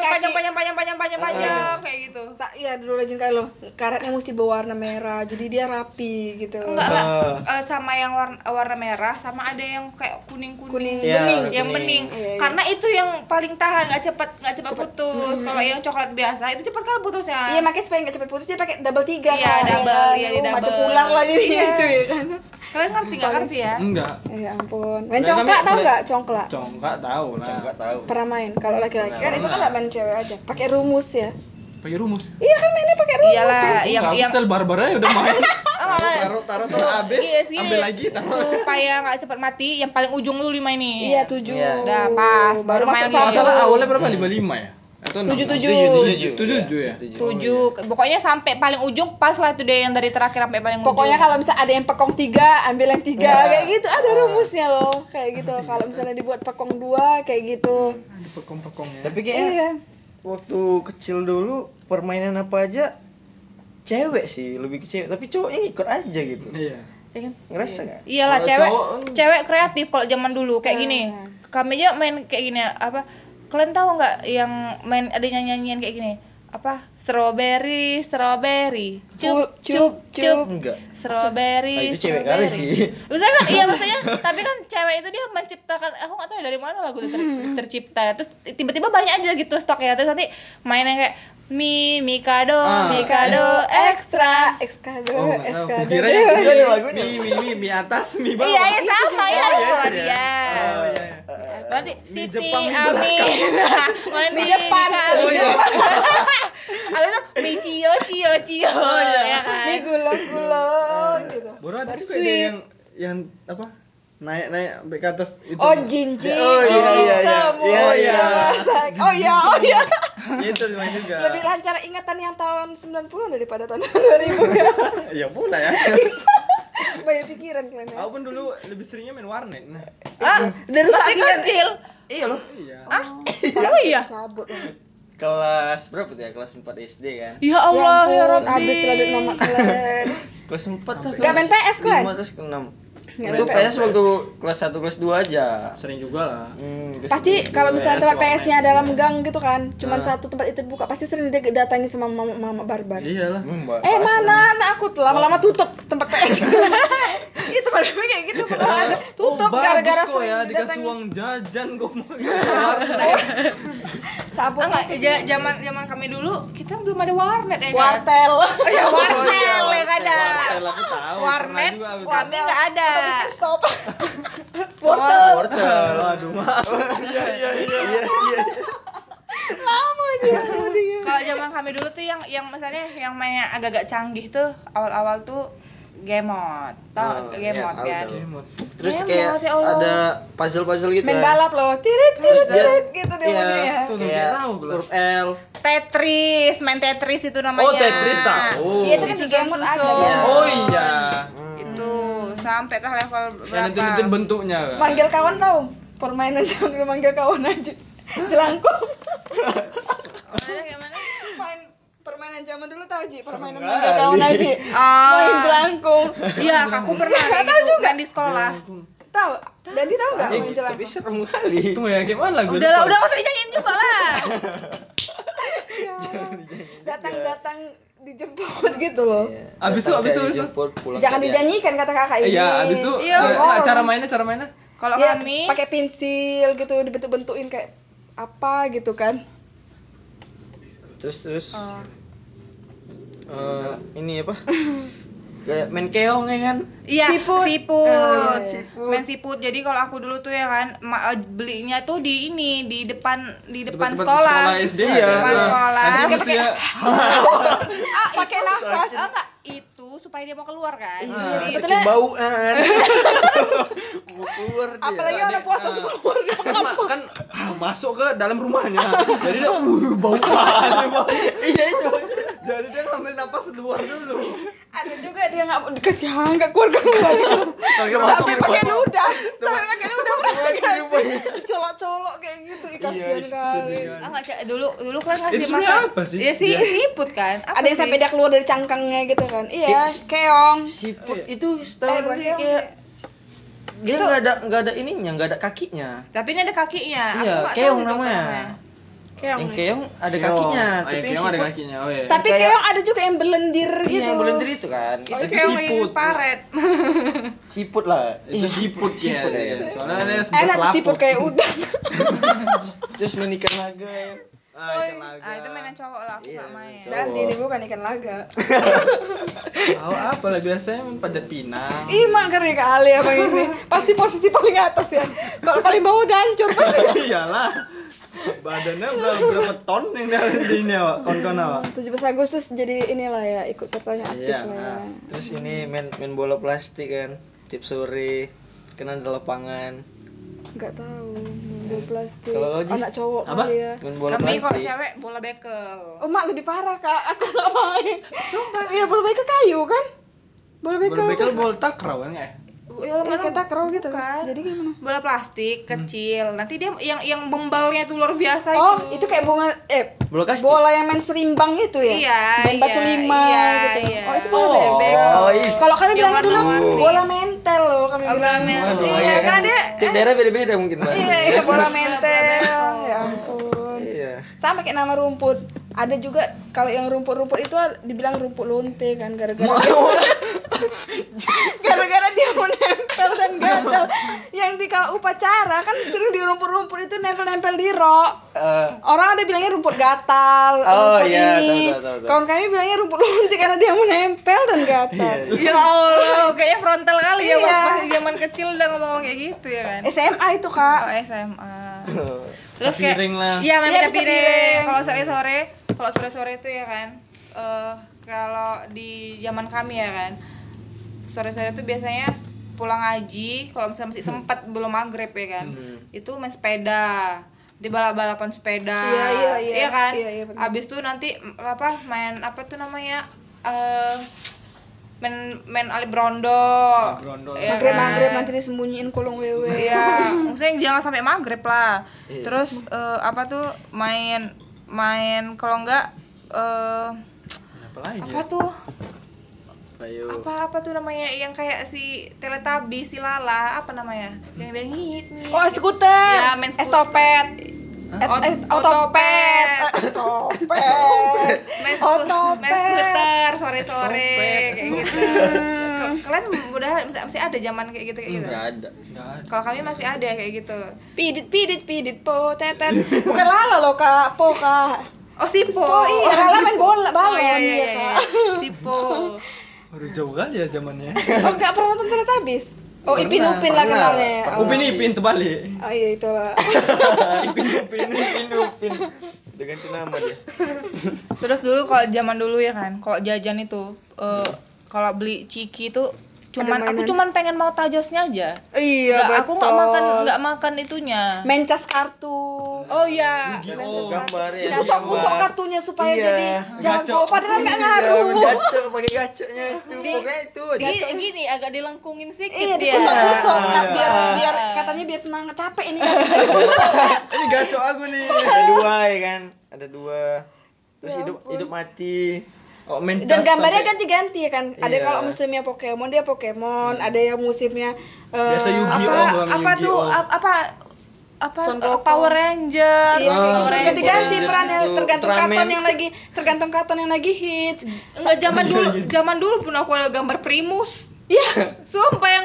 panjang kayak gitu. Iya dulu legend kali loh. Karetnya mesti berwarna merah, jadi dia rapi gitu. Enggak lah. Sama yang warna merah, sama ada yang kayak kuning Bening. yang bening. Iya. Karena itu yang paling tahan, nggak cepat putus. Kalau yang coklat biasa itu cepat kali putusnya. Iya, makanya supaya nggak cepat putus dia pakai double 3 kan. Iya, double. Iya, di double. Macam pulang lah jadi itu ya kan. Kalian nggak ngerti ya? Enggak. Ya ampun. Main congklak tahu nggak? Congklak. Congklak tahu lah. Enggak tahu. Pernah main. Kalau laki-laki kan itu kan nggak main cewek aja. Pakai rumus ya. Pakai rumus. Iya kan mainnya pakai rumus. Iyalah, yang style barbar aja udah main. Taruh habis, segini, ambil lagi taruh. supaya nggak cepat mati. Yang paling ujung dulu 5 ini. Iya 7. Udah pas. Baru main masuk lagi. satu. Awalnya berapa? 55 ya? Atau 7 ya? 7. Pokoknya sampai paling ujung pas lah itu deh yang dari terakhir sampai paling ujung. Pokoknya kalau misalnya ada yang pekong 3, ambil yang 3 kayak gitu. Ada rumusnya loh. Kayak gitu. Kalau misalnya dibuat pekong 2 kayak gitu. Pekong-pekongnya. Tapi kayaknya waktu kecil dulu permainan apa aja cewek sih, lebih ke cewek, tapi cowoknya ikut aja gitu. Iya. Ya kan? Ngerasa enggak? Iyalah, Kalau cewek kreatif kalau zaman dulu kayak gini. Kami aja main kayak gini apa? Kalian tahu nggak yang main ada nyanyian kayak gini? Apa? Strawberry, cup. Enggak. Strawberry. Itu cewek kali sih. Maksudnya kan maksudnya, tapi kan cewek itu dia menciptakan, aku nggak tahu dari mana lagu itu tercipta. Terus tiba-tiba banyak aja gitu stoknya. Terus nanti mainnya kayak Mikado extra. Kira Ada lagunya. mie atas, mie bawah. Iya, sama ya kalau iya. dia. Nanti Mie Siti Jepang, mie Ami. Mie Jepang. Habis itu mie cio ya kan. Ini gulung-gulung gitu. Baru ada juga ada yang apa? Naik sampai ke atas itu. Oh, jinjing. Oh, iya. Oh iya. Itu main juga. Lebih lancar ingatan yang tahun 90-an daripada tahun 2000. Ya pula ya. Banyak pikiran kalian ya. Aku pun dulu lebih seringnya main warnet. Nah. Udah rusak Masih kecil. Iya loh. Iya. Oh iya. Cabut loh. Kelas berapa tuh ya? Kelas 4 SD kan? Ya Allah ya ampun, Rabbi. habis lah duit mama kalian. Kelas 4 atau Nggak main PS, kan? 5 terus ke 6. Nggak Itu main PS waktu kelas 1 kelas 2 aja. Sering juga lah. Pasti kalau misalnya tempat warnet. PS-nya dalam gang gitu kan, cuman satu tempat itu buka, pasti sering dia datangi sama mama barbar. Iyalah. Mana anak aku tuh lama-lama tutup tempat PS. Itu baru kayak gitu pernah ada tutup gara-gara kok ya sering dikasih datangi. uang jajan kok mau Cabut Enggak, zaman kami dulu kita belum ada warnet ya kan? wartel. Ya wartel ya kan ada. Wartel aku tahu. Warnet, pernah juga aku kami nggak ada. Stop. Wortel. Aduh, maaf. Iya. Lama dia. Kalau zaman kami dulu tuh yang misalnya yang mainnya agak-agak canggih tuh awal-awal tuh Gemot. Tahu Gemot kan? Terus Gemot, kayak ya Allah. ada puzzle-puzzle gitu. Main kan. balap loh. Tirit gitu dia Iya, ngomongnya. Tuh, kayak tahu gua. huruf L. T main Tetris itu namanya. Oh, Tetris tahu. Iya itu kan di game mode ada. Susun. Ya. Oh iya. Itu sampai tak level Yang berapa? itu bentuknya. Kak. Manggil kawan tahu? Permainan sambil manggil kawan aja. Jelangkung. Gimana? Main permainan zaman dulu tahu Ji, permainan Serem manggil kali. kawan aja. Ah. Main jelangkung. Iya, aku pernah kayak Tahu gitu juga. main di sekolah. Tahu? Jadi tahu enggak main Tapi jelangkung? serem kali. Tunggu ya, gimana lagu? Udah lah, udah usah dijanjiin juga lah. Ya, datang-datang dijemput gitu loh. Abis itu. Jangan dijanjikan kata kakak ini. Iya, abis itu Iya, cara mainnya. Kalau Dia kami pakai pensil gitu dibentuk-bentukin kayak apa gitu kan. Terus ini apa? Kayak main keong ya kan? iya, Siput. siput. Siput. Main siput. Jadi kalau aku dulu tuh ya kan belinya tuh di depan Tempat sekolah. SD Iya, ada. depan sekolah. Nanti Pakai- mesti ya. Pakai nafas. Enggak, itu supaya dia mau keluar kan. Iya, Jadi- sebetulnya- bau kan. Mau keluar dia. Apalagi orang puasa suka keluar. Kan masuk ke dalam rumahnya. Jadi dia bau banget. Iya itu. Jadi dia ngambil napas luar dulu. Ada juga dia nggak dikasih hangat keluar gitu. Sampai pakai ludah, colok-colok kayak gitu. Kasihan kali. Enggak, dulu kan ngasih Itu sebenarnya makan. apa sih? Iya sih, siput kan. Apa Ada yang sih? sampai dia keluar dari cangkangnya gitu kan. Iya, keong. Siput itu setahu bukan dia keong kayak sih. dia nggak ada ininya, nggak ada kakinya. Tapi ini ada kakinya. Aku Iya, nggak tahu keong itu apa namanya. Keong. Yang keong ada kakinya, tapi yang keong ada siput kakinya. Oh iya. Tapi Kayak- keong ada juga yang berlendir iya, gitu. yang berlendir itu kan. Oh, Itu keong siput. yang paret. siput lah. Itu siput ya. Siput ya. Iya. Soalnya ada Ada siput kayak udang. Terus main ikan naga ya. ikan naga. Ah, itu mainan cowok lah, aku Iya, nggak main. cowok. Dan ini bukan ikan laga. Tahu apa lah biasanya main panjat pinang. Ih, mager ya kali abang ini. Pasti posisi paling atas ya. Kalau paling bawah udah hancur pasti. Iyalah. Badannya berapa ton yang dia di ini awak, kawan-kawan awak. 17 Agustus jadi inilah ya, ikut sertanya aktif Iya, lah ya. Terus ini main bola plastik kan. Tiap sore kan ada lapangan. Enggak tahu, bola plastik. Kalau Oji? Anak cowok Apa? kali ya. Main bola Kami kalau plastik. cewek bola bekel. Oh, mak lebih parah Kak. Aku enggak main. Iya, bola bekel kayu kan? Bola bekel. Bola bekel bola takraw kan ya? Ya, Kayak takraw gitu bukan. kan. Jadi gimana? Bola plastik kecil. Nanti dia yang bembalnya tuh luar biasa Oh, itu. itu kayak bunga Bola kastik. bola yang main serimbang itu ya? Iya, Main batu iya, lima iya, gitu. iya. Oh, itu bola Oh, bekel. iya. Kalau kami Yang bilangnya dulu warna-warni. bola mentel loh, kami Oh, bola bilang. mentel. Waduh, Iya, kan dia tiap daerah beda-beda mungkin, Mbak. iya, bola mentel. Ya ampun. Iya. Sama kayak nama rumput. Ada juga kalau yang rumput-rumput itu dibilang rumput lonte kan gara-gara dia gara-gara dia mau nempel dan gatal. Yang di upacara kan sering di rumput-rumput itu nempel-nempel di rok. Orang ada bilangnya rumput gatal, Oh, rumput iya, ini. tahu. Kawan kami bilangnya rumput lonte karena dia mau nempel dan gatal. Ya Allah, kayaknya frontal kali ya Iya. waktu zaman kecil udah ngomong kayak gitu ya kan. SMA itu Kak. Oh, SMA. Terus Pecah piring lah. Iya, main Iya, pecah pecah piring. piring. Kalau sore-sore itu ya kan. Kalau di zaman kami ya kan. Sore-sore itu biasanya pulang ngaji, kalau misalnya masih sempat belum maghrib ya kan. Itu main sepeda. Di balap-balapan sepeda. Iya. Kan? Iya, benar. Abis itu nanti main apa tuh namanya? main ali brondol. Brondol. Iya Maghrib-maghrib kan? nanti disembunyiin kolong wewe. Iya, maksudnya jangan sampai maghrib lah. Iya. Terus apa tuh main kalau enggak Apa lagi? apa tuh? Ayo. Apa tuh namanya yang kayak si Teletubbies, si Lala, apa namanya? Yang dia ngit. Oh, skuter. Iya, main skuter. Estopet. Otopet. Estopet. Main Otopet. skuter sore-sore Otopet. kayak gitu. Kalian udah masih ada zaman kayak gitu kayak gitu? Enggak ada. Kalau kami masih ada kayak gitu. Pidit po tetet. Bukan Lala loh Kak, po Kak. Oh, Sipo. Oh iya, Lala main bola balon iya, ya Kak. Sipo. Baru jauh kali ya zamannya. Oh, enggak pernah nonton Teletubbies? Oh, Ipin Upin lah pernah. kenalnya. Oh. Upin Ipin terbalik. Oh iya itulah. Upin. Udah ganti nama dia. Terus dulu kalau zaman dulu ya kan, kalau jajan itu kalau beli ciki itu Aku cuman pengen mau tajosnya aja. Iya, aku nggak makan itunya. Mencas kartu. Oh iya. Gambar ya. Kusok kartunya supaya jadi jago. Padahal nggak Iya, ngaruh. gacok pakai gacoknya itu. Pokoknya itu aja. Gini agak dilengkungin sedikit Iya, dia. dikusok-kusok. Iya. Biar katanya biar semangat capek ini. Ini gacok aku nih. Ada 2 ya kan? Ada 2. Terus Ya hidup mati. Oh, main Dan cas gambarnya sampai- ganti-ganti ya kan. Ada Iya. kalau musimnya Pokemon dia Pokemon, ada yang musimnya Biasa Yu-Gi-Oh, bukan apa tuh Yu-Gi-Oh. Son Goku. Power Ranger. Iya, Oh, gitu. Ganti-ganti Power perannya Rangers itu. tergantung Ultraman. karton yang lagi hits. Enggak zaman dulu pun aku ada gambar Primus. Iya. Sumpah yang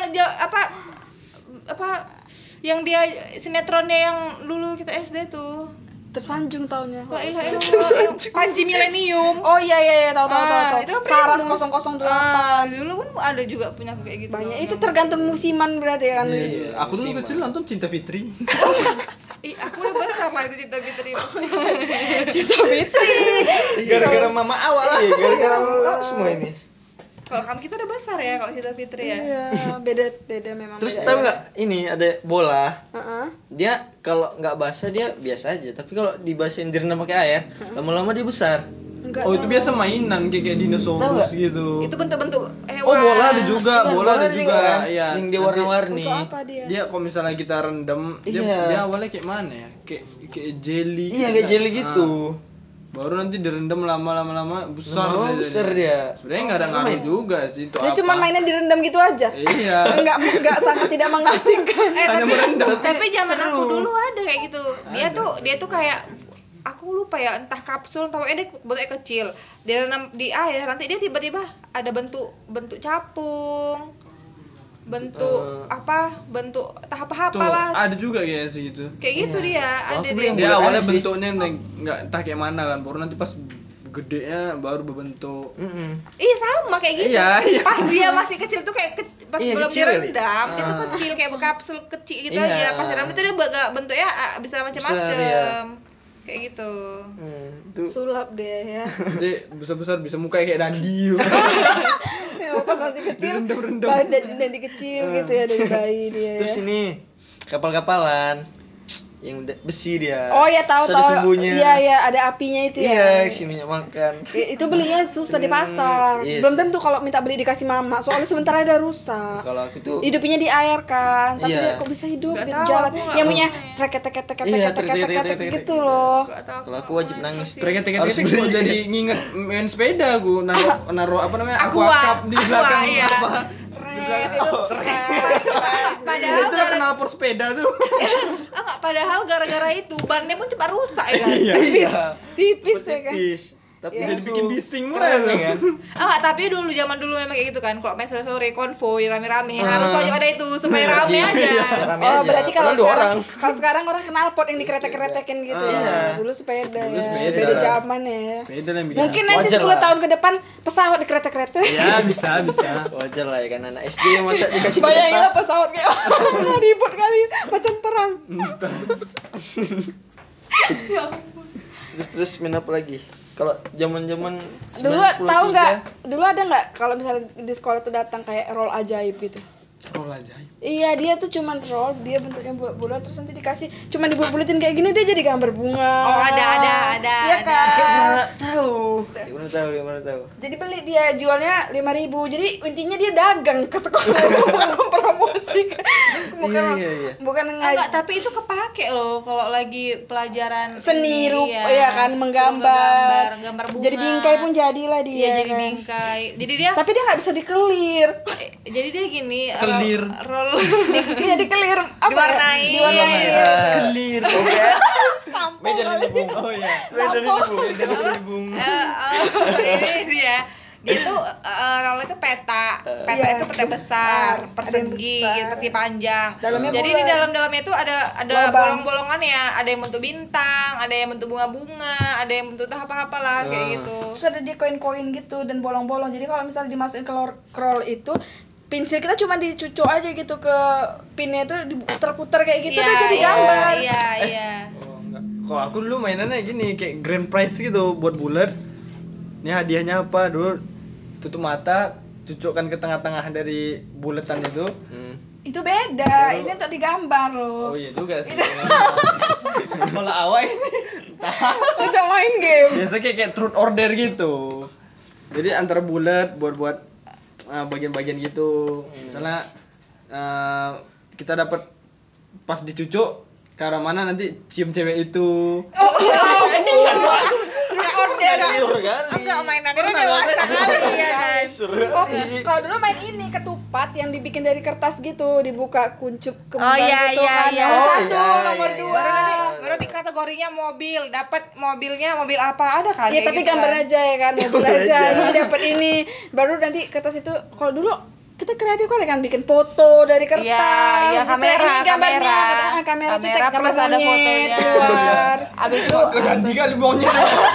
apa yang dia sinetronnya yang dulu kita SD tuh. Tersanjung taunya. La ilaha illallah. Panji Millennium. Oh iya tahu. Itu Saras Primus. 008. Dulu pun ada juga punya kayak gitu. Banyak itu tergantung musiman berarti kan. Iya, aku dulu kecil nonton Cinta Fitri. Aku udah besar lah itu Cinta Fitri. Cinta Fitri. Gara-gara mama awal lah. Iya, gara-gara lu semua ini. Kalau kita udah besar ya kalau Cinta Fitri ya. Iya, beda memang. Terus beda tahu ya. nggak ini ada bola. Heeh. Dia kalau nggak basah dia biasa aja, tapi kalau dibasahin direndam pakai air, lama-lama dia besar. Enggak Oh, itu tahu. biasa mainan kayak Tahu dinosaurus nggak? gitu. Itu bentuk-bentuk hewan. Oh, bola ada juga, Iya, bola ada juga juga. kan? Iya. Yang dia nanti warna-warni. Untuk apa dia? Dia kalau misalnya kita rendam, Iya. dia awalnya kayak mana ya? Kayak jelly. Iya, gitu kayak kan? jelly gitu. Baru nanti direndam lama-lama besar. Lama-lama dia besar jadinya. dia. Sebenarnya nggak ada ngaruh juga sih itu Dia apa. cuma mainnya direndam gitu aja. Iya. Enggak sangat tidak mengasingkan. Hanya merendam. Tapi zaman aku dulu ada kayak gitu. Dia tuh kayak aku lupa ya entah kapsul entah dia bentuknya kecil. Dia renam di air nanti dia tiba-tiba ada bentuk capung. Bentuk bentuk tahap apa Tuh, lah. ada juga kayak sih gitu. Kayak gitu Iya. dia, Kalau ada aku beli dia. yang Dia bulat awalnya aja sih. bentuknya nggak entah kayak mana kan, baru nanti pas gedenya baru berbentuk. Iya sama kayak gitu. Iya. Pas dia masih kecil tuh kayak pas Iya, belum kecil kali. direndam, dia tuh kecil kayak kapsul kecil gitu Iya. aja. Pas direndam itu dia bentuknya bisa macam-macam. Besar, iya. Kayak gitu. Itu Sulap dia ya. Jadi besar-besar bisa mukanya kayak Dandi. Ya, pas masih kecil. Direndam-rendam. Dari kecil gitu ya dari bayi dia. terus Ya. ini kapal-kapalan yang besi dia. Oh ya tahu. Terus ada sumbunya. Iya ada apinya itu ya. Iya, isi minyak makan. Itu belinya susah di pasar. Iya Belum sih. tentu kalau minta beli dikasih mama. Soalnya sebentar ada rusak. Kalau aku tuh Hidupnya di air kan, tapi Iya. dia kok bisa hidup Nggak gitu tahu, jalan. aku nggak Yang punya tahu. treket Iya, trek gitu loh. kalau aku wajib nangis. Trik-trik Harus gua beli. jadi nginget main sepeda aku naruh apa namanya? Aqua, Aquacup di belakang iya. apa? Padahal Itu udah kenal por sepeda tuh. padahal gara-gara itu bannya pun cepat rusak ya kan. Iya. Tipis ya kan. Tipis. Tapi Jadi itu bikin bising keren mulai tuh. kan. Tapi dulu zaman dulu memang kayak gitu kan. Kalau main sore konvoy rame-rame harus wajib ada itu supaya rame Iya, aja. rame Oh, aja. berarti kalau Padahal dua sekarang, orang. kalau sekarang orang kenal pot yang dikretek-kretekin gitu Iya. ya. Dulu sepeda Dulu ya. sepeda. Beda zaman ya. Sepeda lah yang bikin. Mungkin nanti Wajar 10 lah. tahun ke depan pesawat dikretek-kretek. Ya, bisa. Wajar lah ya kan anak SD yang masa dikasih Bayangin kereta. lah pesawat kayak ribut kali macam perang. Terus main apa lagi? Kalau zaman-zaman Dulu 93, tahu nggak? Dulu ada nggak kalau misalnya di sekolah tuh datang kayak roll ajaib gitu? Roll ajaib. Iya, dia tuh cuman roll, dia bentuknya bulat terus nanti dikasih cuman dibulet-buletin kayak gini dia jadi gambar bunga. Oh, ada. Iya kan? tahu. Gimana tahu? Jadi beli dia jualnya 5.000. Jadi intinya dia dagang ke sekolah itu bukan mempromosikan. Bukan Iya. bukan Enggak, tapi itu kepake loh kalau lagi pelajaran seni ini, rupa ya kan suruh menggambar. gambar bunga. Jadi bingkai pun jadilah dia. Iya, jadi kan. bingkai. Jadi dia Tapi dia nggak bisa dikelir. jadi dia gini Kelir. roll Iya dikelir apa? Diwarnai. Diwarnai. Kelir. Oke. Sampul Medan kali. di bung. Oh iya. Medan di bung. ini dia tuh roll itu peta Iya, itu peta besar, besar. Ada yang persegi besar. gitu, persegi panjang. Dalamnya Jadi bulat. di dalamnya itu ada Lubang. bolong-bolongannya, ada yang bentuk bintang, ada yang bentuk bunga-bunga, ada yang bentuk apa-apa lah kayak gitu. Terus ada dia koin-koin gitu dan bolong-bolong. Jadi kalau misalnya dimasukin ke roll itu pensil kita cuma dicucuk aja gitu ke pinnya itu diputer-puter kayak gitu Iya, udah jadi iya, gambar. Iya. Oh, enggak. Kalau aku dulu mainannya gini, kayak grand prize gitu buat bulat. Ini hadiahnya apa? Dulu tutup mata, cucukkan ke tengah-tengah dari buletan itu. Itu beda, ini untuk digambar loh. Oh iya juga sih. Kalau awal ini Untuk main game. biasa kayak truth order gitu. Jadi antara bulat buat bagian-bagian gitu. Misalnya kita dapat pas dicucuk ke arah mana nanti cium cewek itu. Enggak mainannya dewasa kali ya kan. Kalau dulu main ini ketupat yang dibikin dari kertas gitu, dibuka kuncup Oh kembang iya gitu iya kan. iya. Nomor 1, iya, nomor iya, 2. Baru nanti kategorinya mobil, dapat mobilnya mobil apa ada kali. Iya, tapi gitu gambar kan. aja ya kan, mobil aja. Ini dapat ini. Baru nanti kertas itu kalau dulu kita kreatif kali kan bikin foto dari kertas. Iya, gitu. kamera, Ini gambarnya, kamera. kamera cetek Kamera gambar plus ada monyet fotonya. keluar. Abis itu Ganti kali monyet.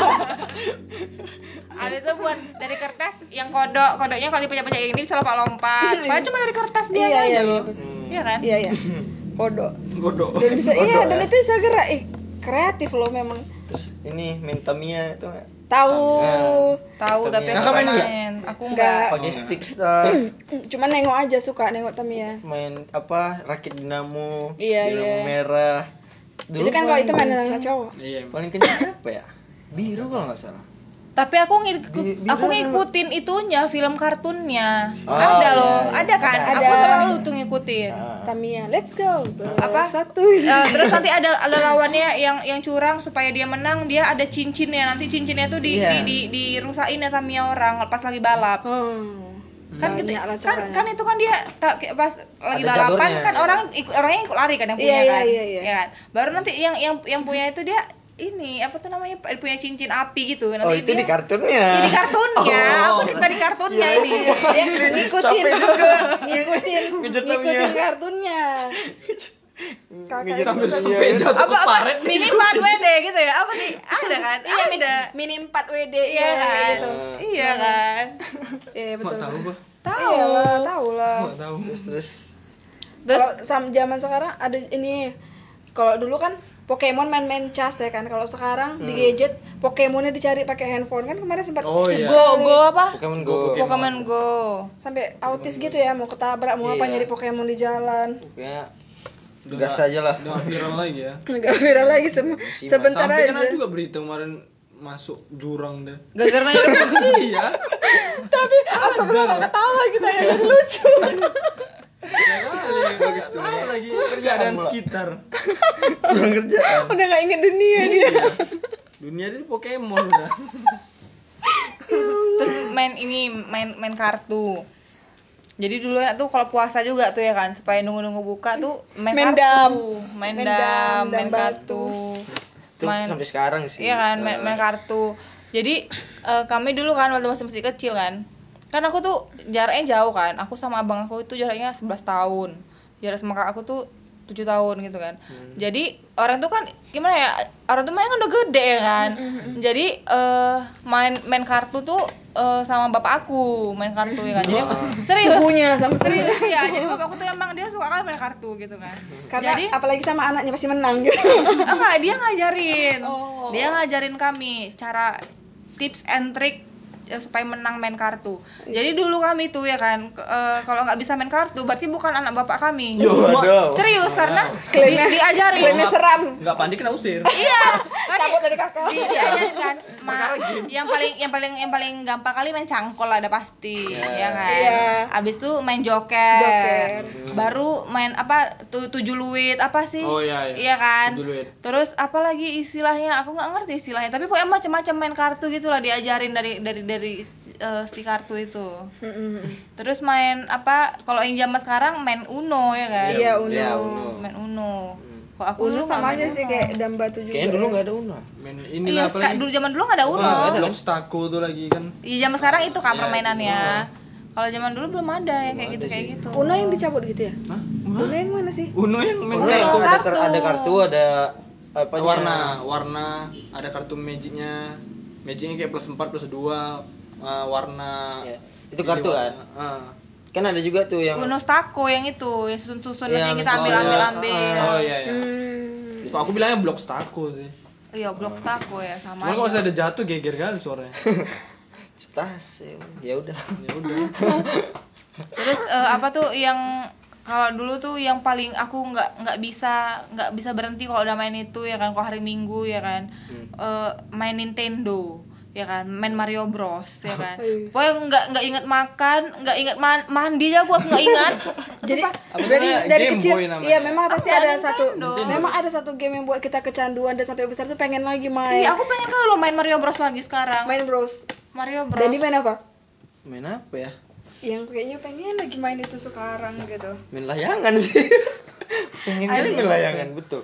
Abis itu buat dari kertas yang kodoknya kalau dipecah-pecah kayak gini bisa lompat-lompat. Padahal cuma dari kertas dia Iya, aja iya, loh. iya. Iya kan? Iya, iya. Kodok. Godok. Dan bisa iya, dan ya. itu bisa gerak. Kreatif loh memang. Terus ini main Tamiya itu nggak? Tahu. Tahu tapi Tamiya. aku Kakak main nggak nggak? main. Aku Nggak. enggak. Pakai stick Cuma nengok aja, suka nengok Tamiya. main apa rakit dinamo, Iya, dinamo iya. merah. Dulu Itu kan kalau paling itu mainan kenceng- anak cowok. Iya. paling kenceng apa ya? Biru kalau nggak salah. Tapi aku Biru. ngikutin itunya, film kartunnya. Oh, Ada iya, loh, iya. ada kan? Ada. Aku selalu tuh ngikutin. Tamiya, let's go. Apa? Satu. Terus nanti ada lawannya yang curang supaya dia menang, dia ada cincinnya. Nanti cincinnya tuh Iya. dirusain ya Tamiya orang pas lagi balap. Kan gitu, Banyak lah kan caranya. itu kan dia pas lagi Ada balapan jalurnya. kan orangnya ikut lari kan yang punya Iya, kan. iya, iya. Ya kan? Baru nanti yang punya itu dia ini apa tuh namanya punya cincin api gitu. Nanti Oh itu dia, di kartunnya. Ya, di kartunnya. Oh. Aku cerita di kartunnya Iya, ini. iya. Dia ngikutin Capek juga. ngikutin Ngejar ngikutin Tamiya. kartunnya. Kakak Ngejar itu suka Tamiya. Sampai jatuh Apa ke paret. mini 4 WD gitu ya? Apa sih? Ada kan? Iya, Ada. mini 4 WD Iya ya kan? gitu. Iya kan? Iya Mau betul. tahu gua. Tahu. Iyalah, tahu lah. Mau tahu. Terus Kalau zaman sekarang ada ini. Kalau dulu kan Pokemon main-main cas ya kan. Kalau sekarang di gadget Pokemonnya dicari pakai handphone kan kemarin sempat Oh, iya. Go apa? Pokemon Go. Pokemon Go. sampai autis gitu ya, mau ketabrak mau apa Iya. nyari Pokemon di jalan. Pokoknya Udah gas nggak- aja lah. Udah nggak viral lagi ya. Nggak viral lagi sebentar Sampai kan aja. ada juga berita kemarin masuk jurang deh. Gara-gara nanya Iya. Tapi astagfirullah ketawa kita ya, jadi lucu. Bagus tuh. Lagi kerjaan sekitar. Kurang kerjaan. Udah nggak inget dunia dia. Dunia ini Pokemon udah. terus main kartu. Jadi dulu tuh kalau puasa juga tuh ya kan, supaya nunggu buka tuh main Main kartu, dam. main Main dam, dam, main dam kartu. Itu sampai sekarang sih. Iya kan, main kartu. Jadi kami dulu kan waktu masih kecil kan aku tuh jaraknya jauh kan. Aku sama abang aku itu jaraknya 11 tahun. Jarak sama kakak aku tuh 7 tahun gitu kan. Jadi orang tuh kan gimana ya? Orang tuh mainnya kan udah gede ya kan. Jadi main kartu tuh sama bapak aku main kartu ya kan. Jadi serius. Ibunya sama Serius ya. Jadi bapak aku tuh emang dia suka kan main kartu gitu kan. Karena Jadi apalagi sama anaknya pasti menang gitu. enggak, dia ngajarin. Oh. Dia ngajarin kami cara tips and trick supaya menang main kartu. Jadi dulu kami tuh ya kan kalau nggak bisa main kartu berarti bukan anak bapak kami. Yo, aduh. Serius karena Klaimnya- diajarin. klaimnya seram. Enggak pandi kena usir. Iya. Cabut dari kakak. Diajarin kan. Yang paling gampang kali main cangkol ada pasti, ya kan. Iya. Abis itu main joker. Joker. Baru main apa tujuh luit apa sih? Oh, iya. Iya kan. Tujuh luit. Terus apa lagi istilahnya? Aku nggak ngerti istilahnya. Tapi pokoknya macam-macam main kartu gitulah diajarin dari si kartu itu. Terus main apa? Kalau yang zaman sekarang main Uno ya kan. Iya, Uno. Iya, Uno. Main Uno. Kalau aku Uno dulu sama nggak aja main sih Uno. kayak dam batu juga. Kayaknya dulu ya. nggak ada Uno. Main Iya, inilah apalagi. dulu zaman dulu nggak ada Uno. Blok stako tuh lagi kan. Iya, zaman sekarang itu kan Iya, permainannya. itu. Kalau zaman dulu belum ada yang kayak gitu. Uno yang dicabut gitu ya? Hah? Uno yang mana sih? Uno yang main Uno Uno itu kartu. ada kartu, ada apa warna, ada kartu magicnya. Magicnya kayak +4 +2 warna. Ya, itu kartu kan? Kan ada juga tuh yang Uno stako yang itu, yang susun-susun Iya, nanti kita oh, ambil. Oh iya iya. Kok aku bilangnya blok stako sih. Iya, blok stako ya sama Cuma kalau aja. ada jatuh geger kan suaranya. cetas ya udah. Terus apa tuh yang kalau dulu tuh yang paling aku nggak bisa berhenti kalau udah main itu ya kan, kalau hari Minggu ya kan, main Nintendo ya kan, main Mario Bros ya kan. Pokoknya nggak inget makan, nggak inget mandi aja gua nggak ingat. Jadi namanya? dari Game kecil Boy namanya. iya memang pasti ada Nintendo. memang ada satu game yang buat kita kecanduan dan sampai besar tuh pengen lagi main. Iya, aku pengen kan lo main Mario Bros lagi sekarang. Main Bros. Mario Bros. Dan di main apa? Main apa ya? Yang kayaknya pengen lagi main itu sekarang gitu. Main layangan sih. Pengen kali main layangan, betul.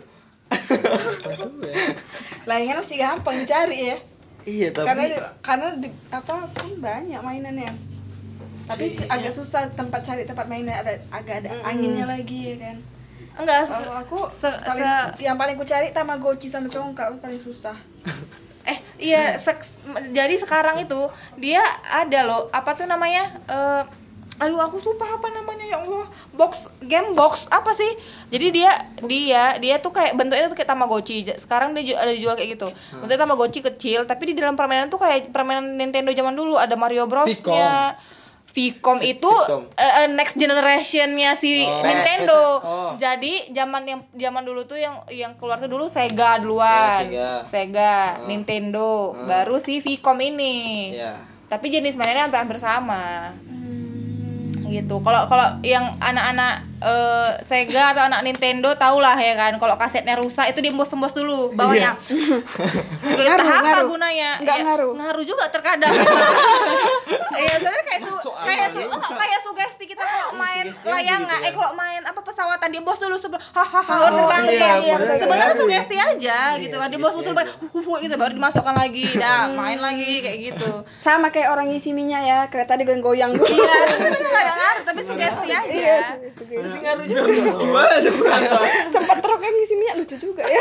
Layangan masih gampang dicari ya. Iya, tapi karena apa pun banyak mainannya. Tapi agak susah cari tempat mainnya, agak ada anginnya lagi ya kan. Enggak, Kalau aku yang paling ku cari Tamagotchi sama congkak paling susah. Iya, jadi sekarang itu dia ada loh, apa tuh namanya? Aduh aku lupa apa namanya ya Allah. Game box apa sih? Jadi dia tuh kayak bentuknya tuh kayak Tamagotchi. Sekarang dia ada dijual kayak gitu. Bentuknya Tamagotchi kecil, tapi di dalam permainan tuh kayak permainan Nintendo zaman dulu, ada Mario Bros-nya. Vicom itu next generation-nya si Nintendo. Jadi zaman dulu tuh yang keluar tuh dulu Sega duluan. Sega, Nintendo, baru si Vicom ini. Tapi jenis mainannya hampir sama. Gitu. Kalau yang anak-anak Sega atau anak Nintendo tahulah ya kan, kalau kasetnya rusak itu diembos-embos dulu bawahnya. Ngaruh gunanya? Enggak ngaruh juga terkadang. Iya, soalnya kayak sugesti kita kalau main layangan, kalau main apa pesawatan diembos dulu sebelum sebenarnya sugesti aja gitu kan, diembos dulu gitu baru dimasukkan lagi, main lagi kayak gitu. Sama kayak orang ngisi minyak ya, kayak tadi goyang dulu. Iya, sebenarnya ngaruh tapi sugesti aja. tapi ngaruh juga. Gimana aja berasa. Sempat truk yang ngisi minyak lucu juga ya.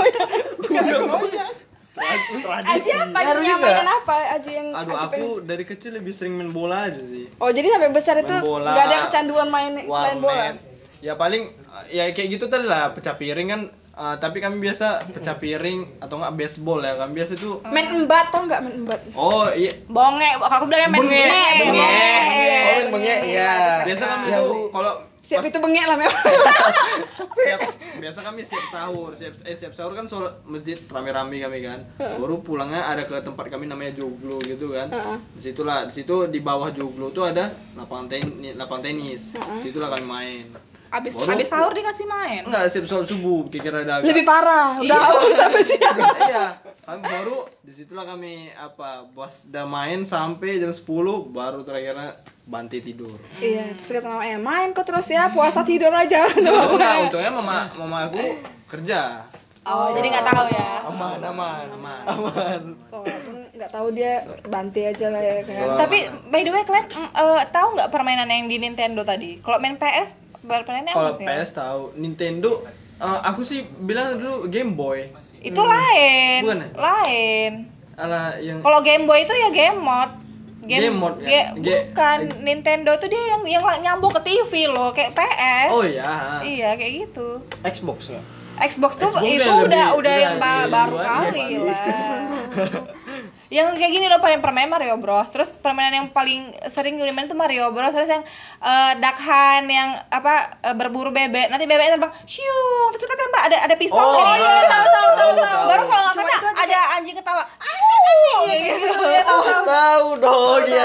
Aji apa yang mainan apa? Aji yang Aduh, aku dari kecil lebih sering main bola aja sih. Oh, jadi sampai besar itu enggak ada kecanduan main selain bola. Ya paling ya kayak gitu tadi lah, pecah piring kan. Tapi kami biasa pecah piring atau enggak baseball ya. Kami biasa itu main embat, tau enggak main embat? Oh, iya. Bongek, aku bilangnya main Bengek, iya. Biasa kami itu kalau siap itu bengek lah memang. Biasa kami siap sahur kan soal masjid rame-rame kami kan. Baru pulangnya ada ke tempat kami namanya joglo gitu kan. Di situ di bawah joglo tuh ada lapangan tenis. Situlah kami main. Abis sahur dikasih main. Enggak, siap sholat subuh kira-kira ada Lebih parah, udah haus sampai siang. Iya, kami baru disitulah kami bos udah main sampai jam 10 baru terakhirnya banti tidur. Iya, terus kata mama main kok terus ya, puasa tidur aja. Enggak, untungnya mama aku kerja. Oh, jadi nggak tahu ya. Aman. Soalnya pun nggak tahu dia banti aja lah ya kan. Tapi by the way kalian tahu nggak permainan yang di Nintendo tadi? Kalau main PS permainannya apa sih? Kalau PS tahu, Nintendo aku sih bilang dulu Game Boy. Itu lain. Bukan ya? Lain. Alah yang Kalau Game Boy itu ya game mode. Game mode ya? Bukan, Nintendo tuh dia yang nyambung ke TV loh, kayak PS. Oh iya. Iya, kayak gitu. Xbox ya? Xbox tuh Xbox itu udah yang baru kali lah. Yang kayak gini loh, permainan Mario Bros. Terus permainan yang paling sering dimainin tuh Mario Bros. Terus yang Duck Hunt yang berburu bebek. Nanti bebeknya terbang, syung, terus kan tembak ada pistol. Oh iya, tahu. Baru kalau nggak kena ada anjing ketawa. Gitu. Tahu dong. Iya.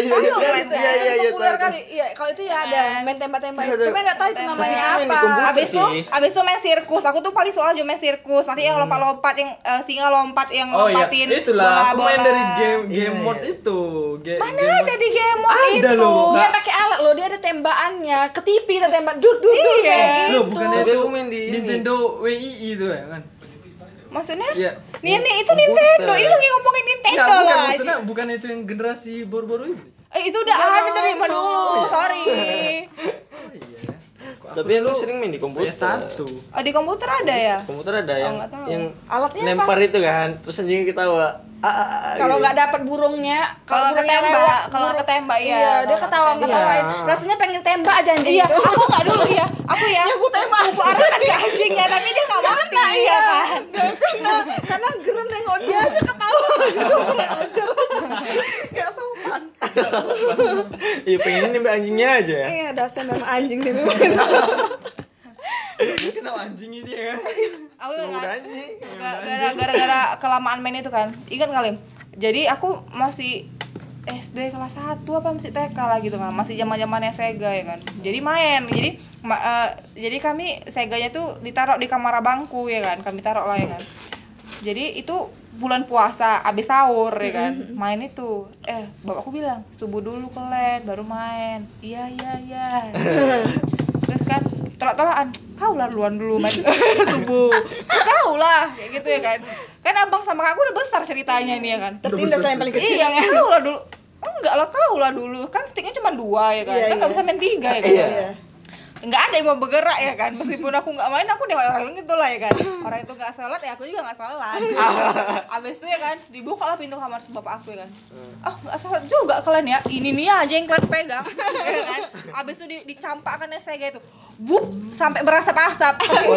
Populer kali. Iya, kalau itu ya ada main tembak-tembak. Cuma nggak tahu itu namanya apa. Abis itu main sirkus. Aku tuh paling soal juga main sirkus. Nanti yang lompat-lompat, yang singa lompat, yang lompatin bola-bola. Main dari game mode itu. Mana ada di game mode ada itu? loh. Dia pakai alat loh, dia ada tembakannya. Ke TV kita tembak dur Iya. Loh, bukan Tapi itu aku main di ini. Nintendo Wii itu ya kan? Maksudnya? Iya. Nih itu Nintendo. Ini lagi ngomongin Nintendo Enggak, lah. maksudnya bukan itu yang generasi baru-baru ini. Itu udah ada dari mana dulu. Sorry. Oh iya. Tapi aku sering main di komputer. PS1. Di komputer ada ya? Komputer ada yang nggak tahu. yang Alatnya lempar itu kan, terus anjing ketawa. Kalau nggak dapat burungnya, Kalau burungnya ketembak, lewat, kalau ketembak ya. Iya, dia Kalau ketawain. Iya. Rasanya pengen tembak aja anjing Iya, itu. aku nggak dulu ya. Aku arahkan ke anjingnya, tapi dia nggak mati ya kan. Karena gerem nengok dia aja ketawa gitu. Kurang ajar. Gak sopan. Iya pengen nembak anjingnya aja ya. Iya, dasar memang anjing nih. Kenapa anjing ini ya kan? Aku Cuma udah kan anjing. gara-gara kelamaan main itu kan. Ingat kali. Jadi aku masih SD kelas 1 apa masih TK lah gitu kan. Masih zaman-zamannya Sega ya kan. Jadi main. Jadi kami Seganya tuh ditaruh di kamar abangku ya kan. Kami taruh lah ya kan. Jadi itu bulan puasa abis sahur ya kan. Main itu. Bapakku bilang, "Subuh dulu ke LED baru main." Iya. Terus kan tolak-tolakan, "Kau lah duluan dulu main subuh." Kau lah kayak gitu ya kan. Kan abang sama kakak udah besar ceritanya ini ya kan. Tertindas saya yang paling kecil. Iya, kau lah dulu. Enggak lah, kau lah dulu. Kan sticknya cuma 2 ya kan. Iya, Kan enggak iya. bisa main 3 ya kan. Iya. Enggak ada yang mau bergerak ya kan. Meskipun aku enggak main, aku nengok orang itu lah ya kan. Orang itu enggak sholat ya aku juga enggak sholat. Abis itu ya kan dibuka lah pintu kamar bapak aku ya kan. Enggak sholat juga kalian ya. Ini nih aja yang kalian pegang. Ya kan. Abis itu dicampakkan Sega itu. Bup sampai berasap-asap.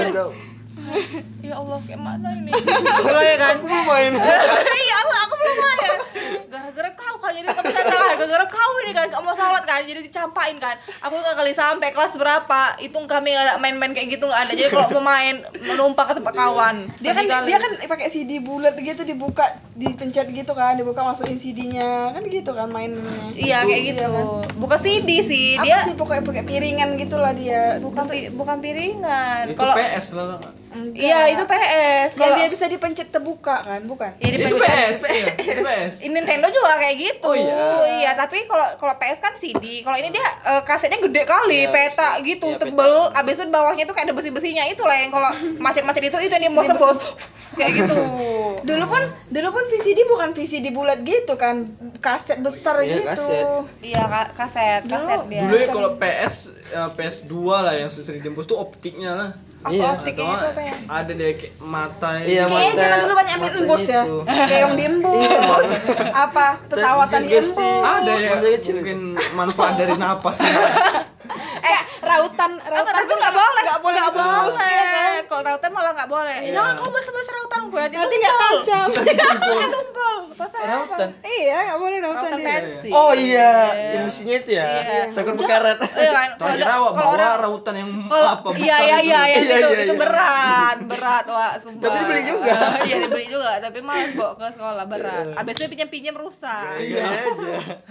Ya Allah, kayak mana ini? Kalau ya kan. Aku mau main. Iya, aku belum main. Gara-gara kau kan jadi enggak bisa sholat. Gara-gara kau ini kan enggak mau sholat kan. Jadi dicampain kan. Aku enggak kali sampai kelas berapa. Itu kami enggak ada main-main kayak gitu enggak ada. Jadi kalau mau main menumpang ke tempat kawan. Dia kan pakai CD bulat gitu, dibuka, dipencet gitu kan, dibuka masukin CD-nya. Kan gitu kan mainnya. Iya, kayak gitu. Bukan CD sih. Apa Dia sih pokoknya pakai piringan gitulah dia. bukan piringan. Itu Kalau PS lah. Enggak. iya itu PS. Kalau Kalau dia bisa dipencet terbuka kan, bukan? ya Itu PS, iya, itu PS. Nintendo juga kayak gitu. Oh, iya. Iya, tapi kalau PS kan CD. Kalau ini dia kasetnya gede kali, Iya, peta gitu, iya, tebel. peta. Abis itu bawahnya tuh kayak ada besi-besinya itu lah yang kalau macet-macet itu yang dia mau tebus. Kayak gitu. Dulu pun VCD bukan VCD bulat gitu kan, kaset besar Iya, gitu. kaset. Iya, kaset dia. Dulu ya kalau PS2 lah yang sering ditembus tuh optiknya lah. Apa Iya. optiknya itu apa ya? Ada deh kayak mata Iya, Kayaknya mata- zaman dulu banyak ambil matanya embus ya. itu. Kayak yang diembus. Apa pesawatan Sugesti. diembus. ada ya Masa kecil. mungkin manfaat dari napas. Rautan Tapi nggak boleh. Nggak boleh diembus, ya kan? Kalau rautan malah nggak boleh. Iya. Jangan kau bahas rautan gue. Nanti nggak tajam. Pakai tumpul. Rautan. Iya, nggak boleh rautan Rautan dia. pensi. Oh iya, yang misinya itu ya. Iya. Takut berkarat. Iya kan. Tak kira awak bawa rautan yang Kalau apa besar iya itu. itu iya. berat wah sumpah. Tapi dibeli juga. Iya dibeli juga, tapi malas bawa ke sekolah berat. Abis itu pinjam rusak. Iya aja.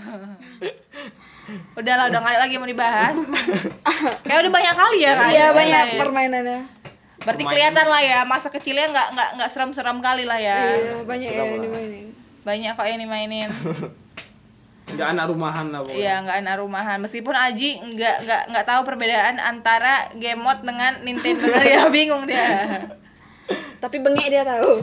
Udahlah, udah nggak ada lagi yang mau dibahas. Kayak udah banyak kali ya kan. Iya, banyak Iya. permainannya. Berarti kelihatan lah ya masa kecilnya nggak seram-seram kali lah ya. Iya, banyak Serem yang lah. dimainin. Banyak kok yang dimainin. Enggak anak rumahan lah pokoknya. Iya, nggak anak rumahan. Meskipun Aji nggak tahu perbedaan antara Game Mode dengan Nintendo. Ya bingung dia. Tapi bengek dia tahu.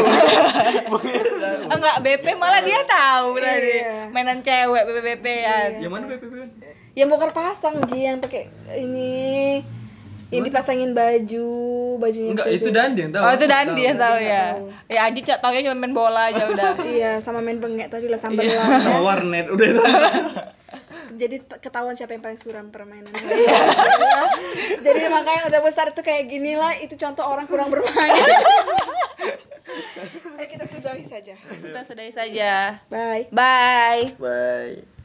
Enggak, BP malah dia tahu tadi. Iya. Mainan cewek BP-BP-an. Yang mana BPP? Yang bongkar pasang Ji, yang pakai ini, yang dipasangin bajunya. Enggak, bisa itu di- Dandi yang tahu. Oh, itu Dandi yang tahu Dandi ya. nggak tahu. Ya Aji taunya cuma main bola aja udah. Iya, sama main bengek tadi lah Sama sambelan. warnet udah itu. Jadi ketahuan siapa yang paling suram permainan. Iya. Jadi makanya udah besar itu kayak gini lah, itu contoh orang kurang bermain. Ayo kita sudahi saja. Kita sudahi saja. Bye. Bye. Bye.